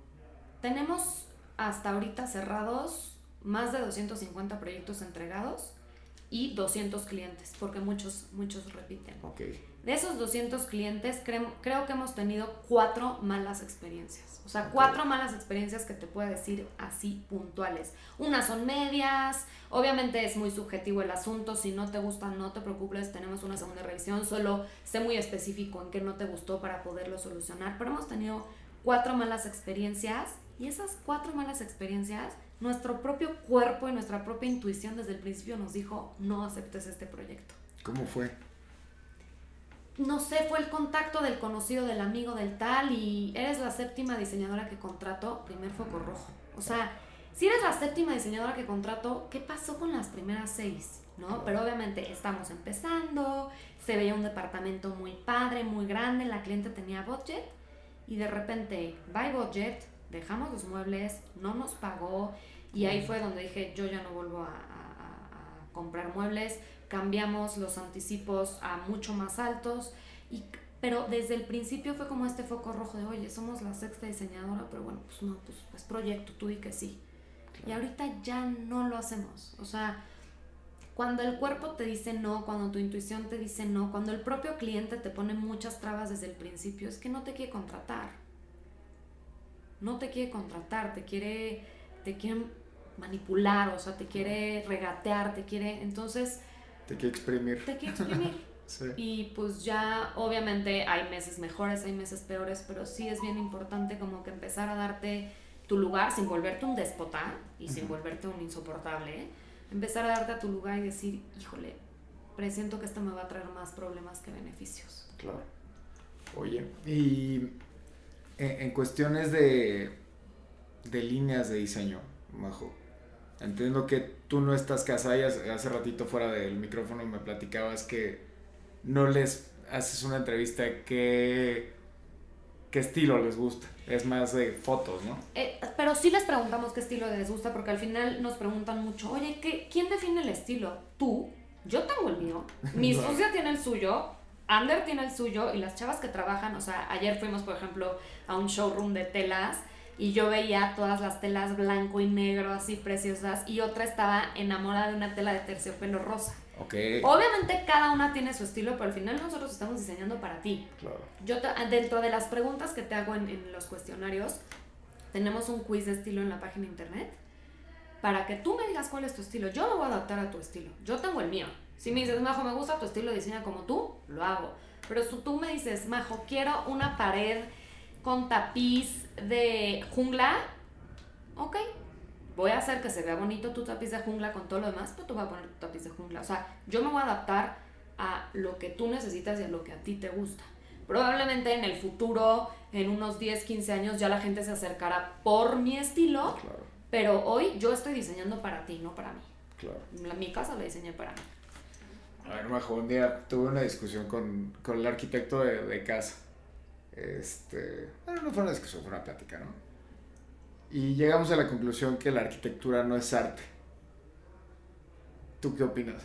Speaker 3: Tenemos hasta ahorita cerrados más de doscientos cincuenta proyectos entregados y doscientos clientes, porque muchos, muchos repiten.
Speaker 2: Okay.
Speaker 3: De esos doscientos clientes, creo, creo que hemos tenido cuatro malas experiencias. O sea, okay. cuatro malas experiencias que te puedo decir así puntuales. Unas son medias, obviamente es muy subjetivo el asunto. Si no te gusta, no te preocupes, tenemos una segunda revisión. Solo sé muy específico en qué no te gustó para poderlo solucionar. Pero hemos tenido cuatro malas experiencias, y esas cuatro malas experiencias, nuestro propio cuerpo y nuestra propia intuición desde el principio nos dijo, no aceptes este proyecto.
Speaker 2: ¿Cómo fue?
Speaker 3: No sé, fue el contacto del conocido, del amigo, del tal, y eres la séptima diseñadora que contrato, primer foco rojo. O sea, si eres la séptima diseñadora que contrato, ¿qué pasó con las primeras seis? ¿No? Pero obviamente estamos empezando, se veía un departamento muy padre, muy grande, la cliente tenía budget, y de repente, bye budget, dejamos los muebles, no nos pagó, y ahí fue donde dije, yo ya no vuelvo a, a, a comprar muebles, cambiamos los anticipos a mucho más altos, y, pero desde el principio fue como este foco rojo de, oye, somos la sexta diseñadora, pero bueno, pues no, pues es proyecto, tú di que sí. Claro. Y ahorita ya no lo hacemos, o sea, cuando el cuerpo te dice no, cuando tu intuición te dice no, cuando el propio cliente te pone muchas trabas desde el principio, es que no te quiere contratar. No te quiere contratar, te quiere, te quiere manipular, o sea, te quiere regatear, te quiere, entonces...
Speaker 2: Te quiere exprimir.
Speaker 3: Te quiere exprimir.
Speaker 2: Sí.
Speaker 3: Y pues ya, obviamente, hay meses mejores, hay meses peores, pero sí es bien importante como que empezar a darte tu lugar sin volverte un déspota y uh-huh. sin volverte un insoportable, ¿eh? Empezar a darte a tu lugar y decir, híjole, presiento que esto me va a traer más problemas que beneficios.
Speaker 2: Claro. Oye, y en, en cuestiones de, de líneas de diseño, Majo, entiendo que tú no estás casada y hace, hace ratito fuera del micrófono me platicabas que no les haces una entrevista qué, qué estilo les gusta. Es más de fotos, ¿no?
Speaker 3: Eh, pero sí les preguntamos qué estilo les gusta, porque al final nos preguntan mucho, oye, ¿qué, ¿quién define el estilo? Tú, yo tengo el mío, mi socia tiene el suyo, Ander tiene el suyo, y las chavas que trabajan, o sea, ayer fuimos, por ejemplo, a un showroom de telas, y yo veía todas las telas blanco y negro, así preciosas, y otra estaba enamorada de una tela de terciopelo rosa.
Speaker 2: Okay.
Speaker 3: Obviamente cada una tiene su estilo, pero al final nosotros estamos diseñando para ti.
Speaker 2: Claro.
Speaker 3: Yo te, dentro de las preguntas que te hago en, en los cuestionarios, tenemos un quiz de estilo en la página de internet para que tú me digas cuál es tu estilo. Yo me voy a adaptar a tu estilo. Yo tengo el mío. Si me dices, Majo, me gusta tu estilo de diseño como tú, lo hago. Pero si tú me dices, Majo, quiero una pared con tapiz de jungla, ok, voy a hacer que se vea bonito tu tapiz de jungla con todo lo demás, pero tú vas a poner tu tapiz de jungla. O sea, yo me voy a adaptar a lo que tú necesitas y a lo que a ti te gusta. Probablemente en el futuro, en unos diez, quince años, ya la gente se acercará por mi estilo,
Speaker 2: claro.
Speaker 3: Pero hoy yo estoy diseñando para ti, no para mí.
Speaker 2: Claro.
Speaker 3: La, mi casa la diseñé para mí.
Speaker 2: A ver, Majo, un día tuve una discusión con, con el arquitecto de, de casa. Este, bueno, no fue una discusión, fue una plática, ¿no? Y llegamos a la conclusión que la arquitectura no es arte. ¿Tú qué opinas?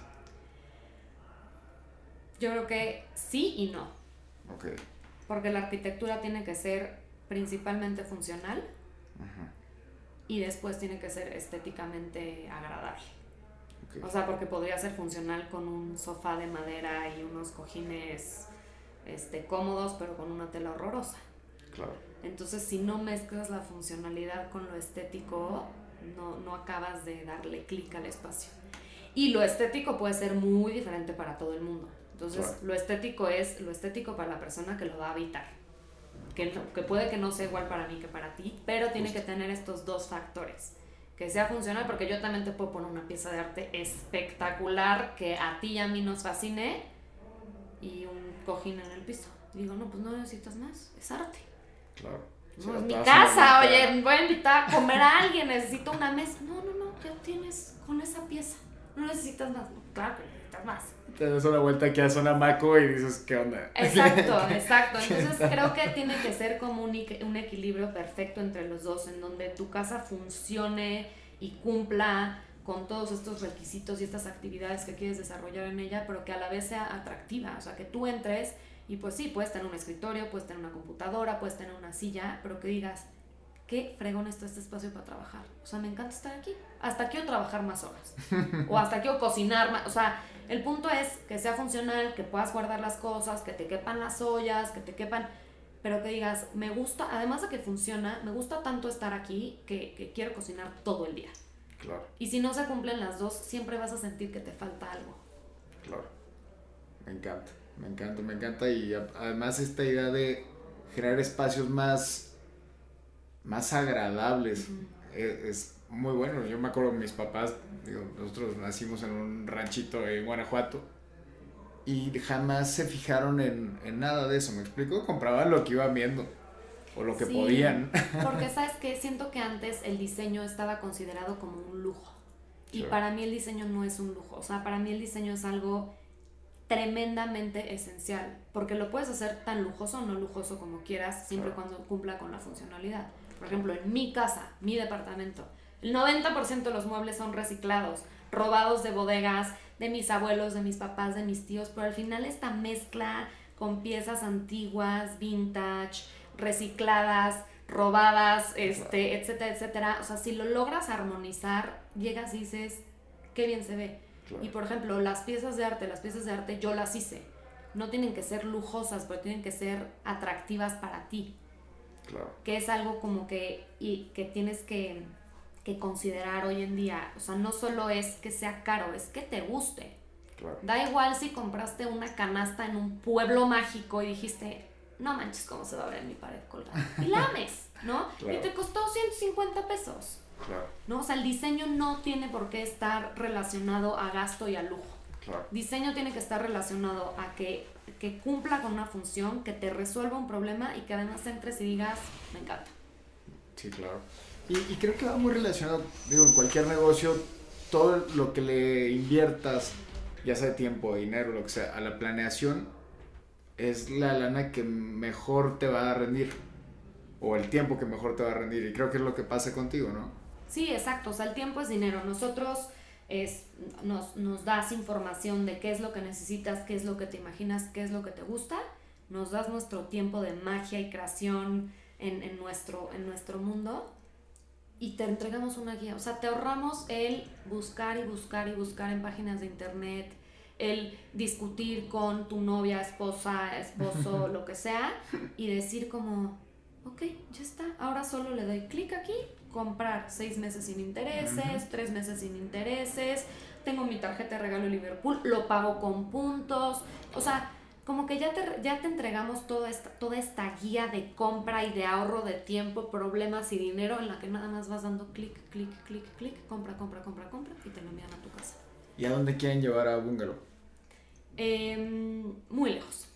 Speaker 3: Yo creo que sí y no.
Speaker 2: Ok.
Speaker 3: Porque la arquitectura tiene que ser principalmente funcional.
Speaker 2: Ajá.
Speaker 3: Y después tiene que ser estéticamente agradable.
Speaker 2: Okay.
Speaker 3: O sea, porque podría ser funcional con un sofá de madera y unos cojines este, cómodos, pero con una tela horrorosa.
Speaker 2: Claro.
Speaker 3: Entonces, si no mezclas la funcionalidad con lo estético, no, no acabas de darle clic al espacio. Y lo estético puede ser muy diferente para todo el mundo. Entonces, claro. lo estético es lo estético para la persona que lo va a habitar. Que, no, que puede que no sea igual para mí que para ti, pero tiene Justo. que tener estos dos factores. Que sea funcional, porque yo también te puedo poner una pieza de arte espectacular que a ti y a mí nos fascine y un cojín en el piso. Y digo, no, pues no necesitas más, es arte.
Speaker 2: Claro.
Speaker 3: No, es mi casa, oye, voy a invitar a comer a alguien, necesito una mesa. No, no, no, ya tienes con esa pieza, no necesitas más. Claro que necesitas más.
Speaker 2: Te das una vuelta aquí a Zona Maco y dices, ¿qué onda?
Speaker 3: Exacto, exacto. Entonces creo que tiene que ser como un, un equilibrio perfecto entre los dos, en donde tu casa funcione y cumpla con todos estos requisitos y estas actividades que quieres desarrollar en ella, pero que a la vez sea atractiva. O sea, que tú entres y pues sí, puedes tener un escritorio, puedes tener una computadora, puedes tener una silla, pero que digas, qué fregón está este espacio para trabajar. O sea, me encanta estar aquí. Hasta quiero trabajar más horas. O hasta quiero cocinar más. O sea, el punto es que sea funcional, que puedas guardar las cosas, que te quepan las ollas, que te quepan... Pero que digas, me gusta, además de que funciona, me gusta tanto estar aquí que, que quiero cocinar todo el día.
Speaker 2: Claro.
Speaker 3: Y si no se cumplen las dos, siempre vas a sentir que te falta algo.
Speaker 2: Claro. Me encanta, me encanta, me encanta. Y a, además esta idea de generar espacios más más agradables.
Speaker 3: Uh-huh.
Speaker 2: Es, es muy bueno. Yo me acuerdo de mis papás, digo, nosotros nacimos en un ranchito en Guanajuato y jamás se fijaron en, en nada de eso, ¿me explico? Compraban lo que iban viendo o lo que
Speaker 3: sí,
Speaker 2: podían.
Speaker 3: Porque sabes que siento que antes el diseño estaba considerado como un lujo y
Speaker 2: Claro.
Speaker 3: para mí el diseño no es un lujo, o sea, para mí el diseño es algo tremendamente esencial, porque lo puedes hacer tan lujoso o no lujoso como quieras, siempre y
Speaker 2: Claro.
Speaker 3: cuando cumpla con la funcionalidad. Por ejemplo, en mi casa, mi departamento, el noventa por ciento de los muebles son reciclados, robados de bodegas, de mis abuelos, de mis papás, de mis tíos, pero al final esta mezcla con piezas antiguas, vintage, recicladas, robadas, este, etcétera, etcétera, o sea, si lo logras armonizar, llegas y dices, qué bien se ve.
Speaker 2: Claro.
Speaker 3: Y por ejemplo, las piezas de arte, las piezas de arte yo las hice. No tienen que ser lujosas, pero tienen que ser atractivas para ti.
Speaker 2: Claro.
Speaker 3: Que es algo como que, y, que tienes que, que considerar hoy en día. O sea, no solo es que sea caro, es que te guste.
Speaker 2: Claro.
Speaker 3: Da igual si compraste una canasta en un pueblo mágico y dijiste, no manches cómo se va a ver en mi pared colgada. Y la ames, ¿no?
Speaker 2: Claro.
Speaker 3: Y te costó ciento cincuenta pesos.
Speaker 2: Claro.
Speaker 3: ¿No? O sea, el diseño no tiene por qué estar relacionado a gasto y a lujo.
Speaker 2: Claro.
Speaker 3: Diseño tiene que estar relacionado a que, que cumpla con una función, que te resuelva un problema y que además entres y digas, me encanta.
Speaker 2: Sí, claro. Y, y creo que va muy relacionado, digo, en cualquier negocio, todo lo que le inviertas, ya sea de tiempo, dinero, lo que sea, a la planeación, es la lana que mejor te va a rendir. O el tiempo que mejor te va a rendir. Y creo que es lo que pasa contigo, ¿no?
Speaker 3: Sí, exacto. O sea, el tiempo es dinero. Nosotros es, nos, nos das información de qué es lo que necesitas, qué es lo que te imaginas, qué es lo que te gusta. Nos das nuestro tiempo de magia y creación en, en, nuestro, en nuestro mundo y te entregamos una guía. O sea, te ahorramos el buscar y buscar y buscar en páginas de internet, el discutir con tu novia, esposa, esposo, lo que sea, y decir como, ok, ya está, ahora solo le doy clic aquí, comprar seis meses sin intereses, uh-huh. tres meses sin intereses, tengo mi tarjeta de regalo Liverpool, lo pago con puntos, o sea, como que ya te, ya te entregamos toda esta, toda esta guía de compra y de ahorro de tiempo, problemas y dinero en la que nada más vas dando clic, clic, clic, clic, compra, compra, compra, compra y te lo envían a tu casa.
Speaker 2: ¿Y a dónde quieren llevar a Bungalow?
Speaker 3: Eh, muy lejos.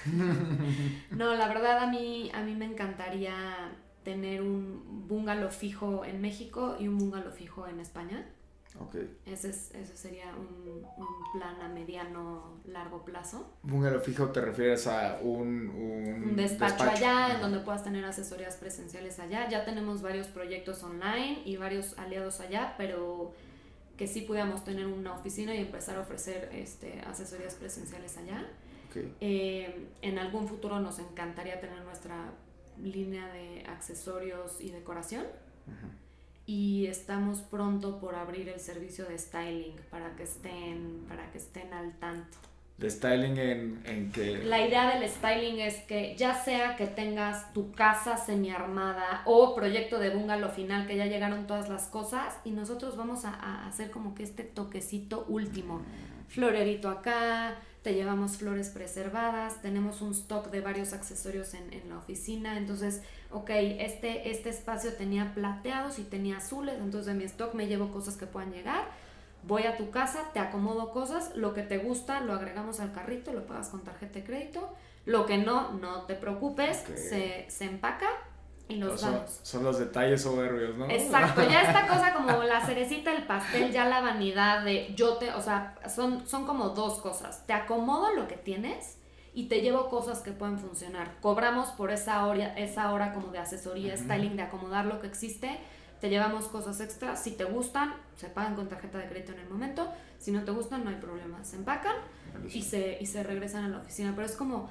Speaker 3: No, la verdad a mí, a mí me encantaría tener un bungalow fijo en México y un bungalow fijo en España.
Speaker 2: Okay.
Speaker 3: Ese, es, ese sería un, un plan a mediano, largo plazo.
Speaker 2: Bungalow fijo te refieres a un, un,
Speaker 3: un despacho,
Speaker 2: despacho
Speaker 3: allá,
Speaker 2: uh-huh.
Speaker 3: en donde puedas tener asesorías presenciales allá. Ya tenemos varios proyectos online y varios aliados allá, pero que sí pudiéramos tener una oficina y empezar a ofrecer este, asesorías presenciales allá.
Speaker 2: Okay.
Speaker 3: Eh, en algún futuro nos encantaría tener nuestra línea de accesorios y decoración.
Speaker 2: Uh-huh.
Speaker 3: Y estamos pronto por abrir el servicio de styling para que estén, para que estén al tanto.
Speaker 2: ¿De styling en, en qué?
Speaker 3: La idea del styling es que ya sea que tengas tu casa semiarmada o proyecto de bungalow final, que ya llegaron todas las cosas, y nosotros vamos a, a hacer como que este toquecito último. Florerito acá, te llevamos flores preservadas, tenemos un stock de varios accesorios en, en la oficina, entonces, ok, este, este espacio tenía plateados y tenía azules, entonces de mi stock me llevo cosas que puedan llegar, voy a tu casa, te acomodo cosas, lo que te gusta lo agregamos al carrito, lo pagas con tarjeta de crédito, lo que no, no te preocupes, okay. se, se empaca y los
Speaker 2: son,
Speaker 3: vamos.
Speaker 2: Son los detalles soberbios, ¿no?
Speaker 3: Exacto, ya esta cosa como la cerecita del pastel, ya la vanidad de yo te, o sea, son, son como dos cosas, te acomodo lo que tienes y te llevo cosas que pueden funcionar, cobramos por esa hora, esa hora como de asesoría, uh-huh. styling, de acomodar lo que existe, te llevamos cosas extras, si te gustan, se pagan con tarjeta de crédito en el momento, si no te gustan no hay problema, se empacan y se, y se regresan a la oficina, pero es como...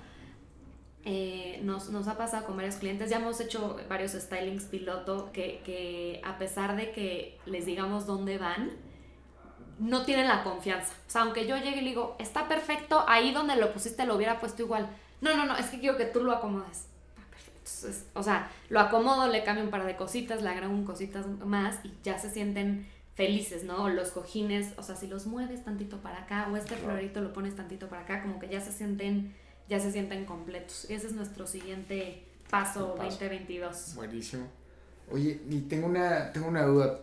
Speaker 3: Eh, nos, nos ha pasado con varios clientes, ya hemos hecho varios stylings piloto que, que a pesar de que les digamos dónde van, no tienen la confianza. O sea, aunque yo llegue y le digo, está perfecto, ahí donde lo pusiste lo hubiera puesto igual. No, no, no, es que quiero que tú lo acomodes. Entonces, o sea, lo acomodo, le cambio un par de cositas, le agrego un cositas más y ya se sienten felices, ¿no? Los cojines, o sea, si los mueves tantito para acá o este florito lo pones tantito para acá, como que ya se sienten... ya se sienten completos. Ese es nuestro siguiente paso, paso. veinte veintidós.
Speaker 2: Buenísimo. Oye, y tengo una, tengo una duda.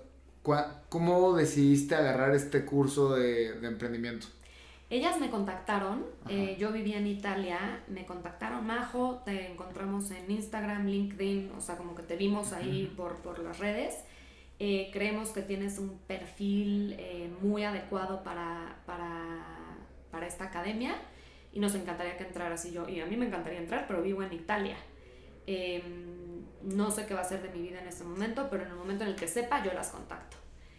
Speaker 2: ¿Cómo decidiste agarrar este curso de, de emprendimiento?
Speaker 3: Ellas me contactaron, eh, yo vivía en Italia, me contactaron, Majo, te encontramos en Instagram, LinkedIn, o sea, como que te vimos ahí uh-huh. por, por las redes. Eh, creemos que tienes un perfil eh, muy adecuado para, para, para esta academia y nos encantaría que entraras. Y yo, y a mí me encantaría entrar, pero vivo en Italia. Eh, no sé qué va a ser de mi vida en este momento, pero en el momento en el que sepa, yo las contacto.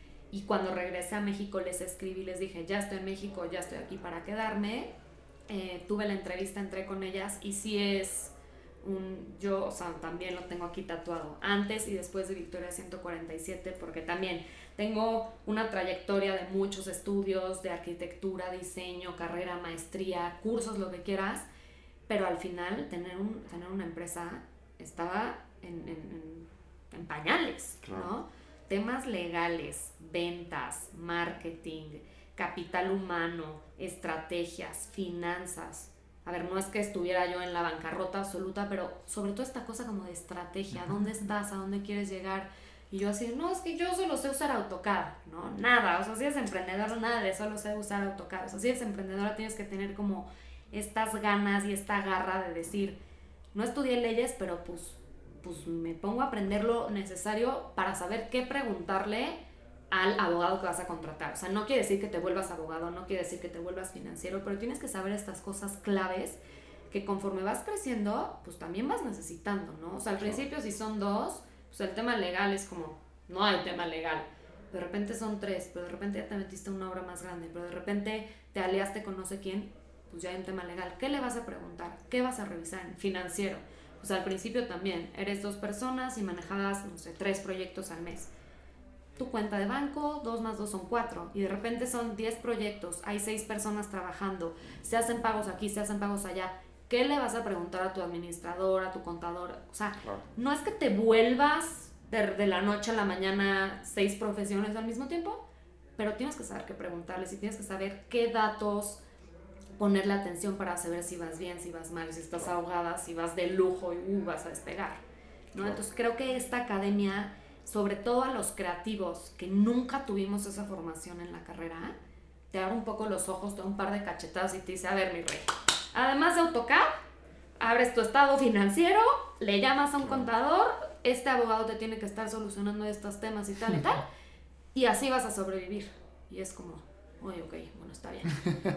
Speaker 3: Y cuando regresé a México les escribí, les dije, ya estoy en México, ya estoy aquí para quedarme. Eh, tuve la entrevista, entré con ellas y sí es un, yo, o sea, también lo tengo aquí tatuado, antes y después de Victoria ciento cuarenta y siete, porque también tengo una trayectoria de muchos estudios, de arquitectura, diseño, carrera, maestría, cursos, lo que quieras, pero al final tener, un, tener una empresa estaba en, en, en, en pañales, claro. ¿no? Temas legales, ventas, marketing, capital humano, estrategias, finanzas. A ver, no es que estuviera yo en la bancarrota absoluta, pero sobre todo esta cosa como de estrategia. ¿Dónde estás? ¿A dónde quieres llegar? Y yo así, no, es que yo solo sé usar AutoCAD, ¿no? Nada, o sea, si eres emprendedor, nada de solo sé usar AutoCAD. O sea, si eres emprendedora tienes que tener como estas ganas y esta garra de decir, no estudié leyes, pero pues... pues me pongo a aprender lo necesario para saber qué preguntarle al abogado que vas a contratar. O sea, no quiere decir que te vuelvas abogado, no quiere decir que te vuelvas financiero, pero tienes que saber estas cosas claves que conforme vas creciendo, pues también vas necesitando, ¿no? O sea, al principio si son dos, pues el tema legal es como, no hay tema legal. De repente son tres, pero de repente ya te metiste a una obra más grande, pero de repente te aliaste con no sé quién, pues ya hay un tema legal. ¿Qué le vas a preguntar? ¿Qué vas a revisar? Financiero. O sea, al principio también, eres dos personas y manejabas, no sé, tres proyectos al mes. Tu cuenta de banco, dos más dos son cuatro, y de repente son diez proyectos, hay seis personas trabajando, se hacen pagos aquí, se hacen pagos allá. ¿Qué le vas a preguntar a tu administrador, a tu contador? O sea, claro. No es que te vuelvas de, de la noche a la mañana seis profesiones al mismo tiempo, pero tienes que saber qué preguntarles y tienes que saber qué datos ponerle atención para saber si vas bien, si vas mal, si estás ahogada, si vas de lujo y uh, vas a despegar, ¿no? Entonces creo que esta academia, sobre todo a los creativos que nunca tuvimos esa formación en la carrera, te abre un poco los ojos, te da un par de cachetadas y te dice, a ver, mi rey, además de AutoCAD, abres tu estado financiero, le llamas a un contador, este abogado te tiene que estar solucionando estos temas y tal y tal, y así vas a sobrevivir. Y es como... oye, ok, bueno, está bien.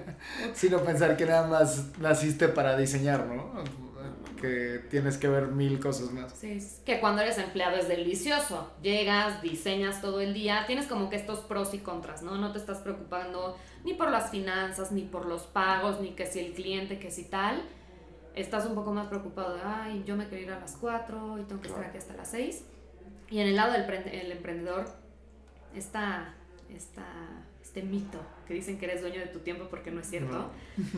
Speaker 2: Sino pensar que nada más naciste para diseñar, ¿no? Que tienes que ver mil cosas más.
Speaker 3: Sí, que cuando eres empleado es delicioso. Llegas, diseñas todo el día, tienes como que estos pros y contras, ¿no? No te estás preocupando ni por las finanzas, ni por los pagos, ni que si el cliente, que si tal. Estás un poco más preocupado de, ay, yo me quiero ir a las cuatro y tengo que estar aquí hasta las seis. Y en el lado del prende- el emprendedor, esta... esta este mito que dicen que eres dueño de tu tiempo porque no es cierto. No.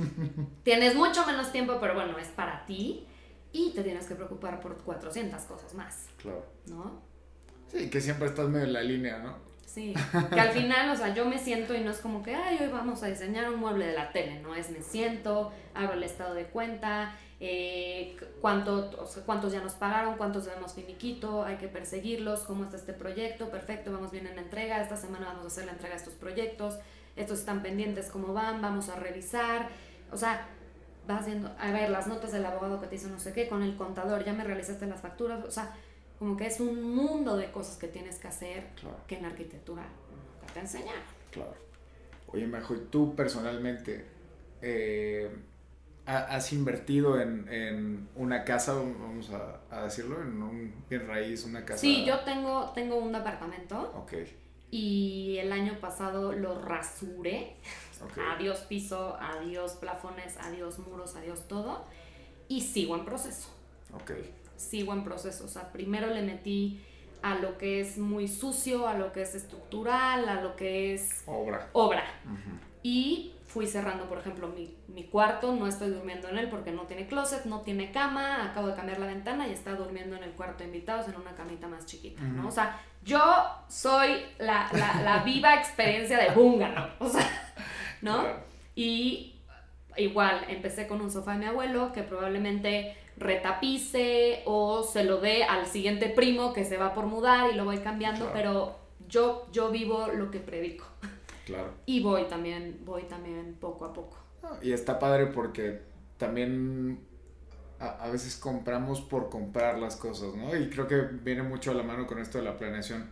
Speaker 3: Tienes mucho menos tiempo, pero bueno, es para ti y te tienes que preocupar por cuatrocientas cosas más.
Speaker 2: Claro.
Speaker 3: ¿No?
Speaker 2: Sí, que siempre estás medio en la línea, ¿no?
Speaker 3: Sí, que al final, o sea, yo me siento y no es como que, ay, hoy vamos a diseñar un mueble de la tele, ¿no? Es me siento, abro el estado de cuenta, eh, cuánto, o sea, cuántos ya nos pagaron, cuántos debemos finiquito, hay que perseguirlos, cómo está este proyecto, perfecto, vamos bien en la entrega, esta semana vamos a hacer la entrega de estos proyectos, estos están pendientes, cómo van, vamos a revisar, o sea, vas viendo, a ver, las notas del abogado que te hizo no sé qué, con el contador, ya me realizaste las facturas, o sea, como que es un mundo de cosas que tienes que hacer, claro, que en la arquitectura nunca te enseñaron.
Speaker 2: Claro. Oye, Majo, ¿y tú personalmente eh, has invertido en, en una casa, vamos a, a decirlo, en un bien raíz, una casa?
Speaker 3: Sí, yo tengo, tengo un departamento.
Speaker 2: Ok.
Speaker 3: Y el año pasado lo rasuré.
Speaker 2: Okay.
Speaker 3: Adiós piso, adiós plafones, adiós muros, adiós todo. Y sigo en proceso.
Speaker 2: Ok.
Speaker 3: Sigo en proceso, o sea, primero le metí a lo que es muy sucio, a lo que es estructural, a lo que es
Speaker 2: obra,
Speaker 3: obra.
Speaker 2: Uh-huh.
Speaker 3: Y fui cerrando, por ejemplo, mi, mi cuarto, no estoy durmiendo en él porque no tiene closet, no tiene cama, acabo de cambiar la ventana y está durmiendo en el cuarto de invitados en una camita más chiquita, uh-huh, ¿no? O sea, yo soy la, la, la viva experiencia de bungalow, o sea, ¿no?
Speaker 2: Claro.
Speaker 3: Y igual, empecé con un sofá de mi abuelo que probablemente retapice o se lo dé al siguiente primo que se va por mudar y lo voy cambiando, claro. Pero yo, yo vivo lo que predico.
Speaker 2: Claro.
Speaker 3: Y voy también, voy también poco a poco.
Speaker 2: Y está padre porque también a, a veces compramos por comprar las cosas, ¿no? Y creo que viene mucho a la mano con esto de la planeación.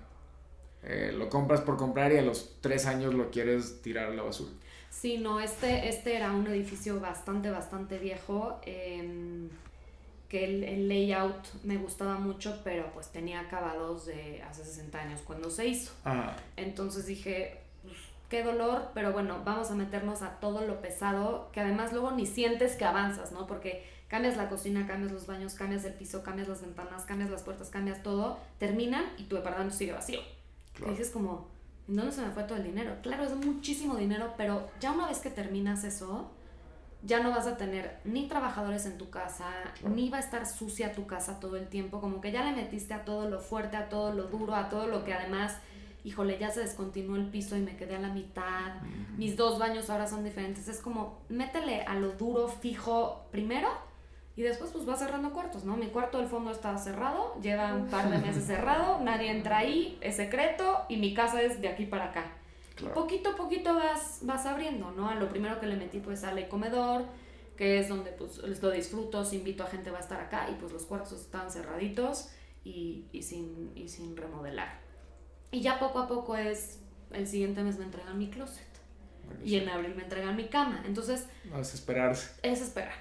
Speaker 2: Eh, lo compras por comprar y a los tres años lo quieres tirar a la basura.
Speaker 3: Sí, no, este, este era un edificio bastante, bastante viejo, eh, que el, el layout me gustaba mucho, pero pues tenía acabados de hace sesenta años cuando se hizo.
Speaker 2: Ajá.
Speaker 3: Entonces dije, pues, qué dolor, pero bueno, vamos a meternos a todo lo pesado, que además luego ni sientes que avanzas, ¿no? Porque cambias la cocina, cambias los baños, cambias el piso, cambias las ventanas, cambias las puertas, cambias todo, terminan y tu departamento sigue vacío. Claro. Y dices como, ¿en dónde se me fue todo el dinero? Claro, es muchísimo dinero, pero ya una vez que terminas eso, ya no vas a tener ni trabajadores en tu casa, claro. Ni va a estar sucia tu casa todo el tiempo, como que ya le metiste a todo lo fuerte, a todo lo duro, a todo lo que además, híjole, ya se descontinuó el piso y me quedé a la mitad, uh-huh. Mis dos baños ahora son diferentes, es como, métele a lo duro, fijo primero, y después pues vas cerrando cuartos, ¿no? Mi cuarto del fondo está cerrado, lleva un par de meses cerrado, nadie entra ahí, es secreto, y mi casa es de aquí para acá. Claro. Poquito a poquito vas, vas abriendo, ¿no? A lo primero que le metí pues sala y comedor, que es donde pues lo disfruto, si invito a gente va a estar acá, y pues los cuartos están cerraditos y, y, sin, y sin remodelar. Y ya poco a poco es, el siguiente mes me entregan mi closet. Buenísimo. Y en abril me entregan mi cama. Entonces,
Speaker 2: no, es esperarse.
Speaker 3: Es esperar.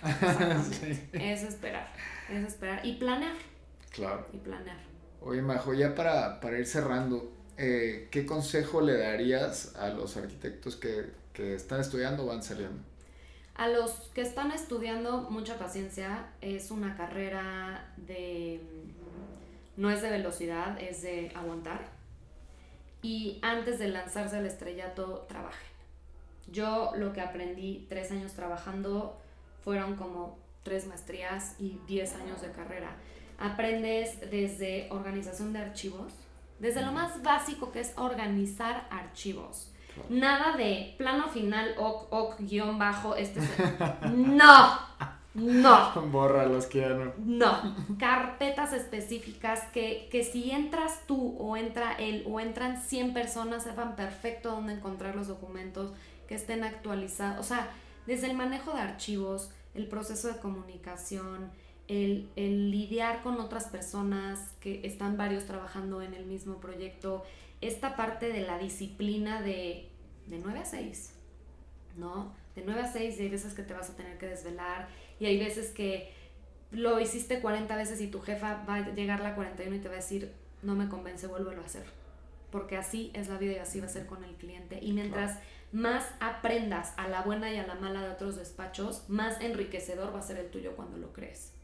Speaker 3: Sí. Es esperar. Es esperar. Y planear.
Speaker 2: Claro.
Speaker 3: Y planear.
Speaker 2: Oye, Majo, ya para, para ir cerrando, eh, ¿qué consejo le darías a los arquitectos que, que están estudiando o van saliendo?
Speaker 3: A los que están estudiando, mucha paciencia. Es una carrera de... No es de velocidad, es de aguantar. Y antes de lanzarse al estrellato, trabajen. Yo lo que aprendí tres años trabajando fueron como tres maestrías y diez años de carrera. Aprendes desde organización de archivos, desde lo más básico que es organizar archivos. Nada de plano final, ok, ok, guión bajo, este es el... ¡No! ¡No!
Speaker 2: Borra los que ya no.
Speaker 3: No. Carpetas específicas que, que si entras tú o entra él o entran cien personas sepan perfecto dónde encontrar los documentos, que estén actualizados, o sea, desde el manejo de archivos, el proceso de comunicación, el, el lidiar con otras personas que están varios trabajando en el mismo proyecto, esta parte de la disciplina de, de nueve a seis, ¿no? De nueve a seis y hay veces que te vas a tener que desvelar y hay veces que lo hiciste cuarenta veces y tu jefa va a llegar la cuarenta y uno y te va a decir, no me convence, vuélvelo a hacer. Porque así es la vida y así va a ser con el cliente. Y mientras más aprendas a la buena y a la mala de otros despachos, más enriquecedor va a ser el tuyo cuando lo crees.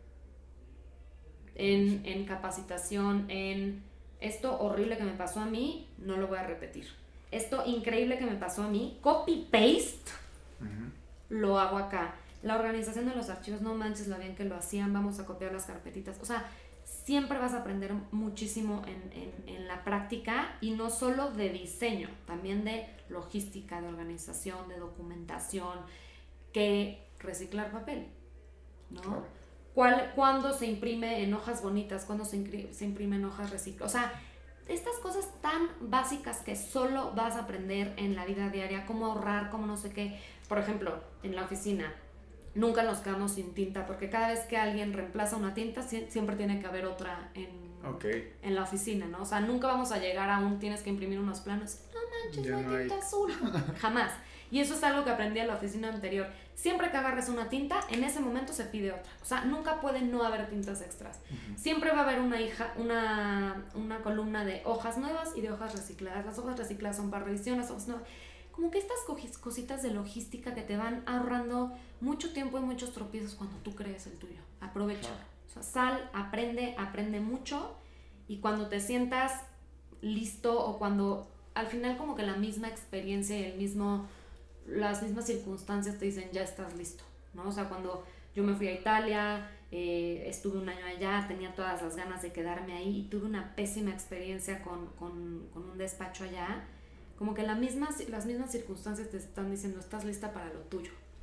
Speaker 3: En, en capacitación, en esto horrible que me pasó a mí, no lo voy a repetir. Esto increíble que me pasó a mí, copy-paste, uh-huh. Lo hago acá. La organización de los archivos, no manches lo bien que lo hacían, vamos a copiar las carpetitas. O sea, siempre vas a aprender muchísimo en, en, en la práctica y no solo de diseño, también de logística, de organización, de documentación, que reciclar papel, ¿no? Claro. ¿Cuál, ¿Cuándo se imprime en hojas bonitas? ¿Cuándo se, impri- se imprime en hojas recicladas? O sea, estas cosas tan básicas que solo vas a aprender en la vida diaria, cómo ahorrar, cómo no sé qué. Por ejemplo, en la oficina, nunca nos quedamos sin tinta, porque cada vez que alguien reemplaza una tinta, siempre tiene que haber otra en, okay. en la oficina, ¿no? O sea, nunca vamos a llegar a un tienes que imprimir unos planos. No manches, ya no hay tinta hay. azul. Jamás. Y eso es algo que aprendí en la oficina anterior. Siempre que agarres una tinta, en ese momento se pide otra. O sea, nunca puede no haber tintas extras. Uh-huh. Siempre va a haber una, hija, una, una columna de hojas nuevas y de hojas recicladas. Las hojas recicladas son para revisión, las hojas nuevas. Como que estas cositas de logística que te van ahorrando mucho tiempo y muchos tropiezos cuando tú crees el tuyo. Aprovechalo. Claro. O sea, sal, aprende, aprende mucho y cuando te sientas listo o cuando al final como que la misma experiencia y el mismo, las mismas circunstancias te dicen ya estás listo, ¿no? O sea, cuando yo me fui a Italia, eh, estuve un año allá, tenía todas las ganas de quedarme ahí y tuve una pésima experiencia con, con, con un despacho allá. Como que la misma, las mismas circunstancias te están diciendo, estás lista para lo tuyo,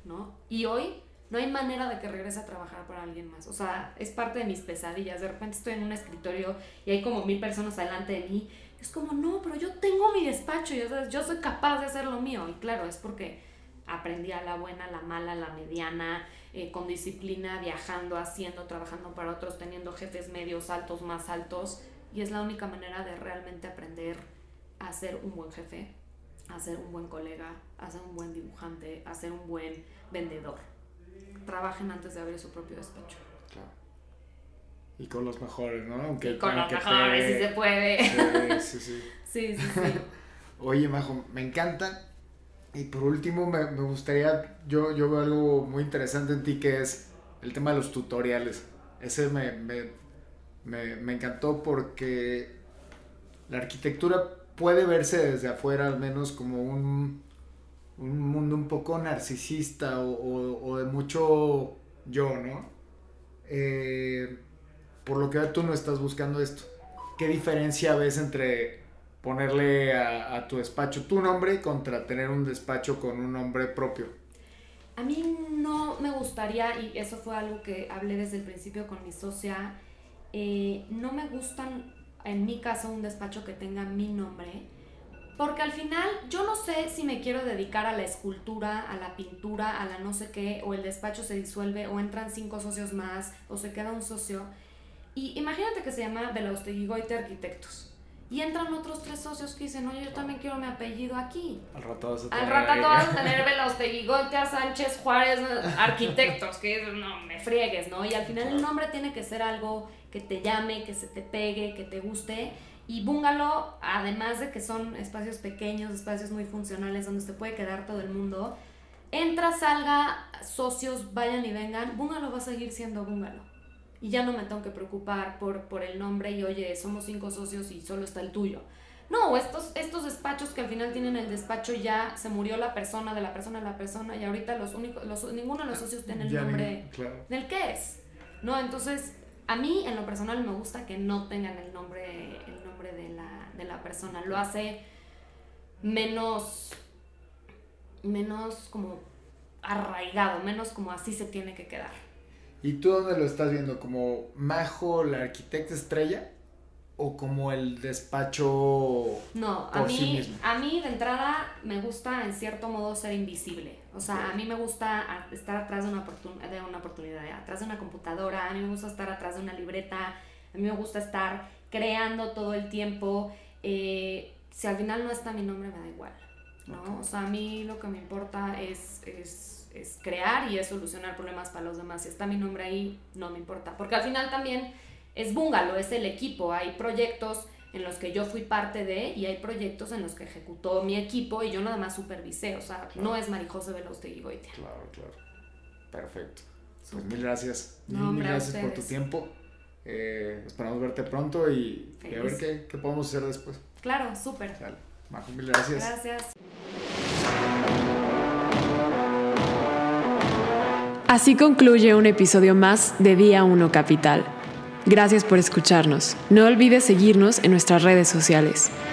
Speaker 3: ¿no? Y hoy no hay manera de que regrese a trabajar para alguien más. O sea, es parte de mis pesadillas. De repente estoy en un escritorio y hay como mil personas delante de mí. Es como, no, pero yo tengo mi despacho, yo, yo soy capaz de hacer lo mío. Y claro, es porque aprendí a la buena, a la mala, a la mediana, eh, con disciplina, viajando, haciendo, trabajando para otros, teniendo jefes medios, altos, más altos. Y es la única manera de realmente aprender a ser un buen jefe, a ser un buen colega, a ser un buen dibujante, a ser un buen vendedor. Trabajen antes de abrir su propio despacho.
Speaker 2: Claro. Y con los mejores, ¿no? Aunque,
Speaker 3: y con los
Speaker 2: aunque
Speaker 3: mejores,
Speaker 2: te...
Speaker 3: si se puede.
Speaker 2: Sí, sí, sí.
Speaker 3: Sí, sí, sí.
Speaker 2: Oye, Majo, me encanta. Y por último, me, me gustaría, yo, yo veo algo muy interesante en ti, que es el tema de los tutoriales. Ese me, me, me, me encantó porque la arquitectura puede verse desde afuera, al menos como un, un mundo un poco narcisista o, o, o de mucho yo, ¿no? Eh, por lo que tú no estás buscando esto. ¿Qué diferencia ves entre ponerle a, a tu despacho tu nombre contra tener un despacho con un nombre propio?
Speaker 3: A mí no me gustaría, y eso fue algo que hablé desde el principio con mi socia, eh, no me gustan, en mi caso, un despacho que tenga mi nombre, porque al final yo no sé si me quiero dedicar a la escultura, a la pintura, a la no sé qué, o el despacho se disuelve, o entran cinco socios más, o se queda un socio. Y imagínate que se llama Belaustegui-Goite Arquitectos. Y entran otros tres socios que dicen, oye, yo también quiero mi apellido aquí.
Speaker 2: Al rato vas a tener...
Speaker 3: Al rato vas a tener Belaustegui-Goite, Sánchez, Juárez, Arquitectos, que no me friegues, ¿no? Y al final el nombre tiene que ser algo que te llame, que se te pegue, que te guste. Y Bungalow, además de que son espacios pequeños, espacios muy funcionales donde se puede quedar todo el mundo, entra, salga, socios, vayan y vengan, Bungalow va a seguir siendo Bungalow. Y ya no me tengo que preocupar por, por el nombre y, oye, somos cinco socios y solo está el tuyo. No, estos, estos despachos que al final tienen el despacho, ya se murió la persona, de la persona a la persona, y ahorita los únicos, los, ninguno de los socios tiene el
Speaker 2: ya
Speaker 3: nombre
Speaker 2: ni, claro.
Speaker 3: del que es, ¿no? Entonces, a mí, en lo personal, me gusta que no tengan el nombre, el nombre de la, de la persona. Lo hace menos, menos como arraigado, menos como así se tiene que quedar.
Speaker 2: ¿Y tú dónde lo estás viendo? ¿Como Majo, la arquitecta estrella? ¿O como el despacho
Speaker 3: no, a
Speaker 2: por
Speaker 3: mí,
Speaker 2: sí mismo?
Speaker 3: A mí, de entrada, me gusta, en cierto modo, ser invisible. O sea, okay. A mí me gusta estar atrás de una, oportun- de una oportunidad, atrás de una computadora. A mí me gusta estar atrás de una libreta. A mí me gusta estar creando todo el tiempo. Eh, si al final no está mi nombre, me da igual, ¿no? Okay. O sea, a mí lo que me importa es... es es crear y es solucionar problemas para los demás. Si está mi nombre ahí, no me importa, porque al final también es Bungalow, es el equipo. Hay proyectos en los que yo fui parte de y hay proyectos en los que ejecutó mi equipo y yo nada más supervisé. O sea, claro. No es Marijose Belaustegui-Goite.
Speaker 2: Claro, claro. Perfecto. Pues mil gracias.
Speaker 3: No,
Speaker 2: mil gracias por tu tiempo. Eh, esperamos verte pronto y, y a ver qué, qué podemos hacer después.
Speaker 3: Claro, súper.
Speaker 2: Majo, mil gracias.
Speaker 3: Gracias.
Speaker 1: Así concluye un episodio más de Día uno Capital. Gracias por escucharnos. No olvides seguirnos en nuestras redes sociales.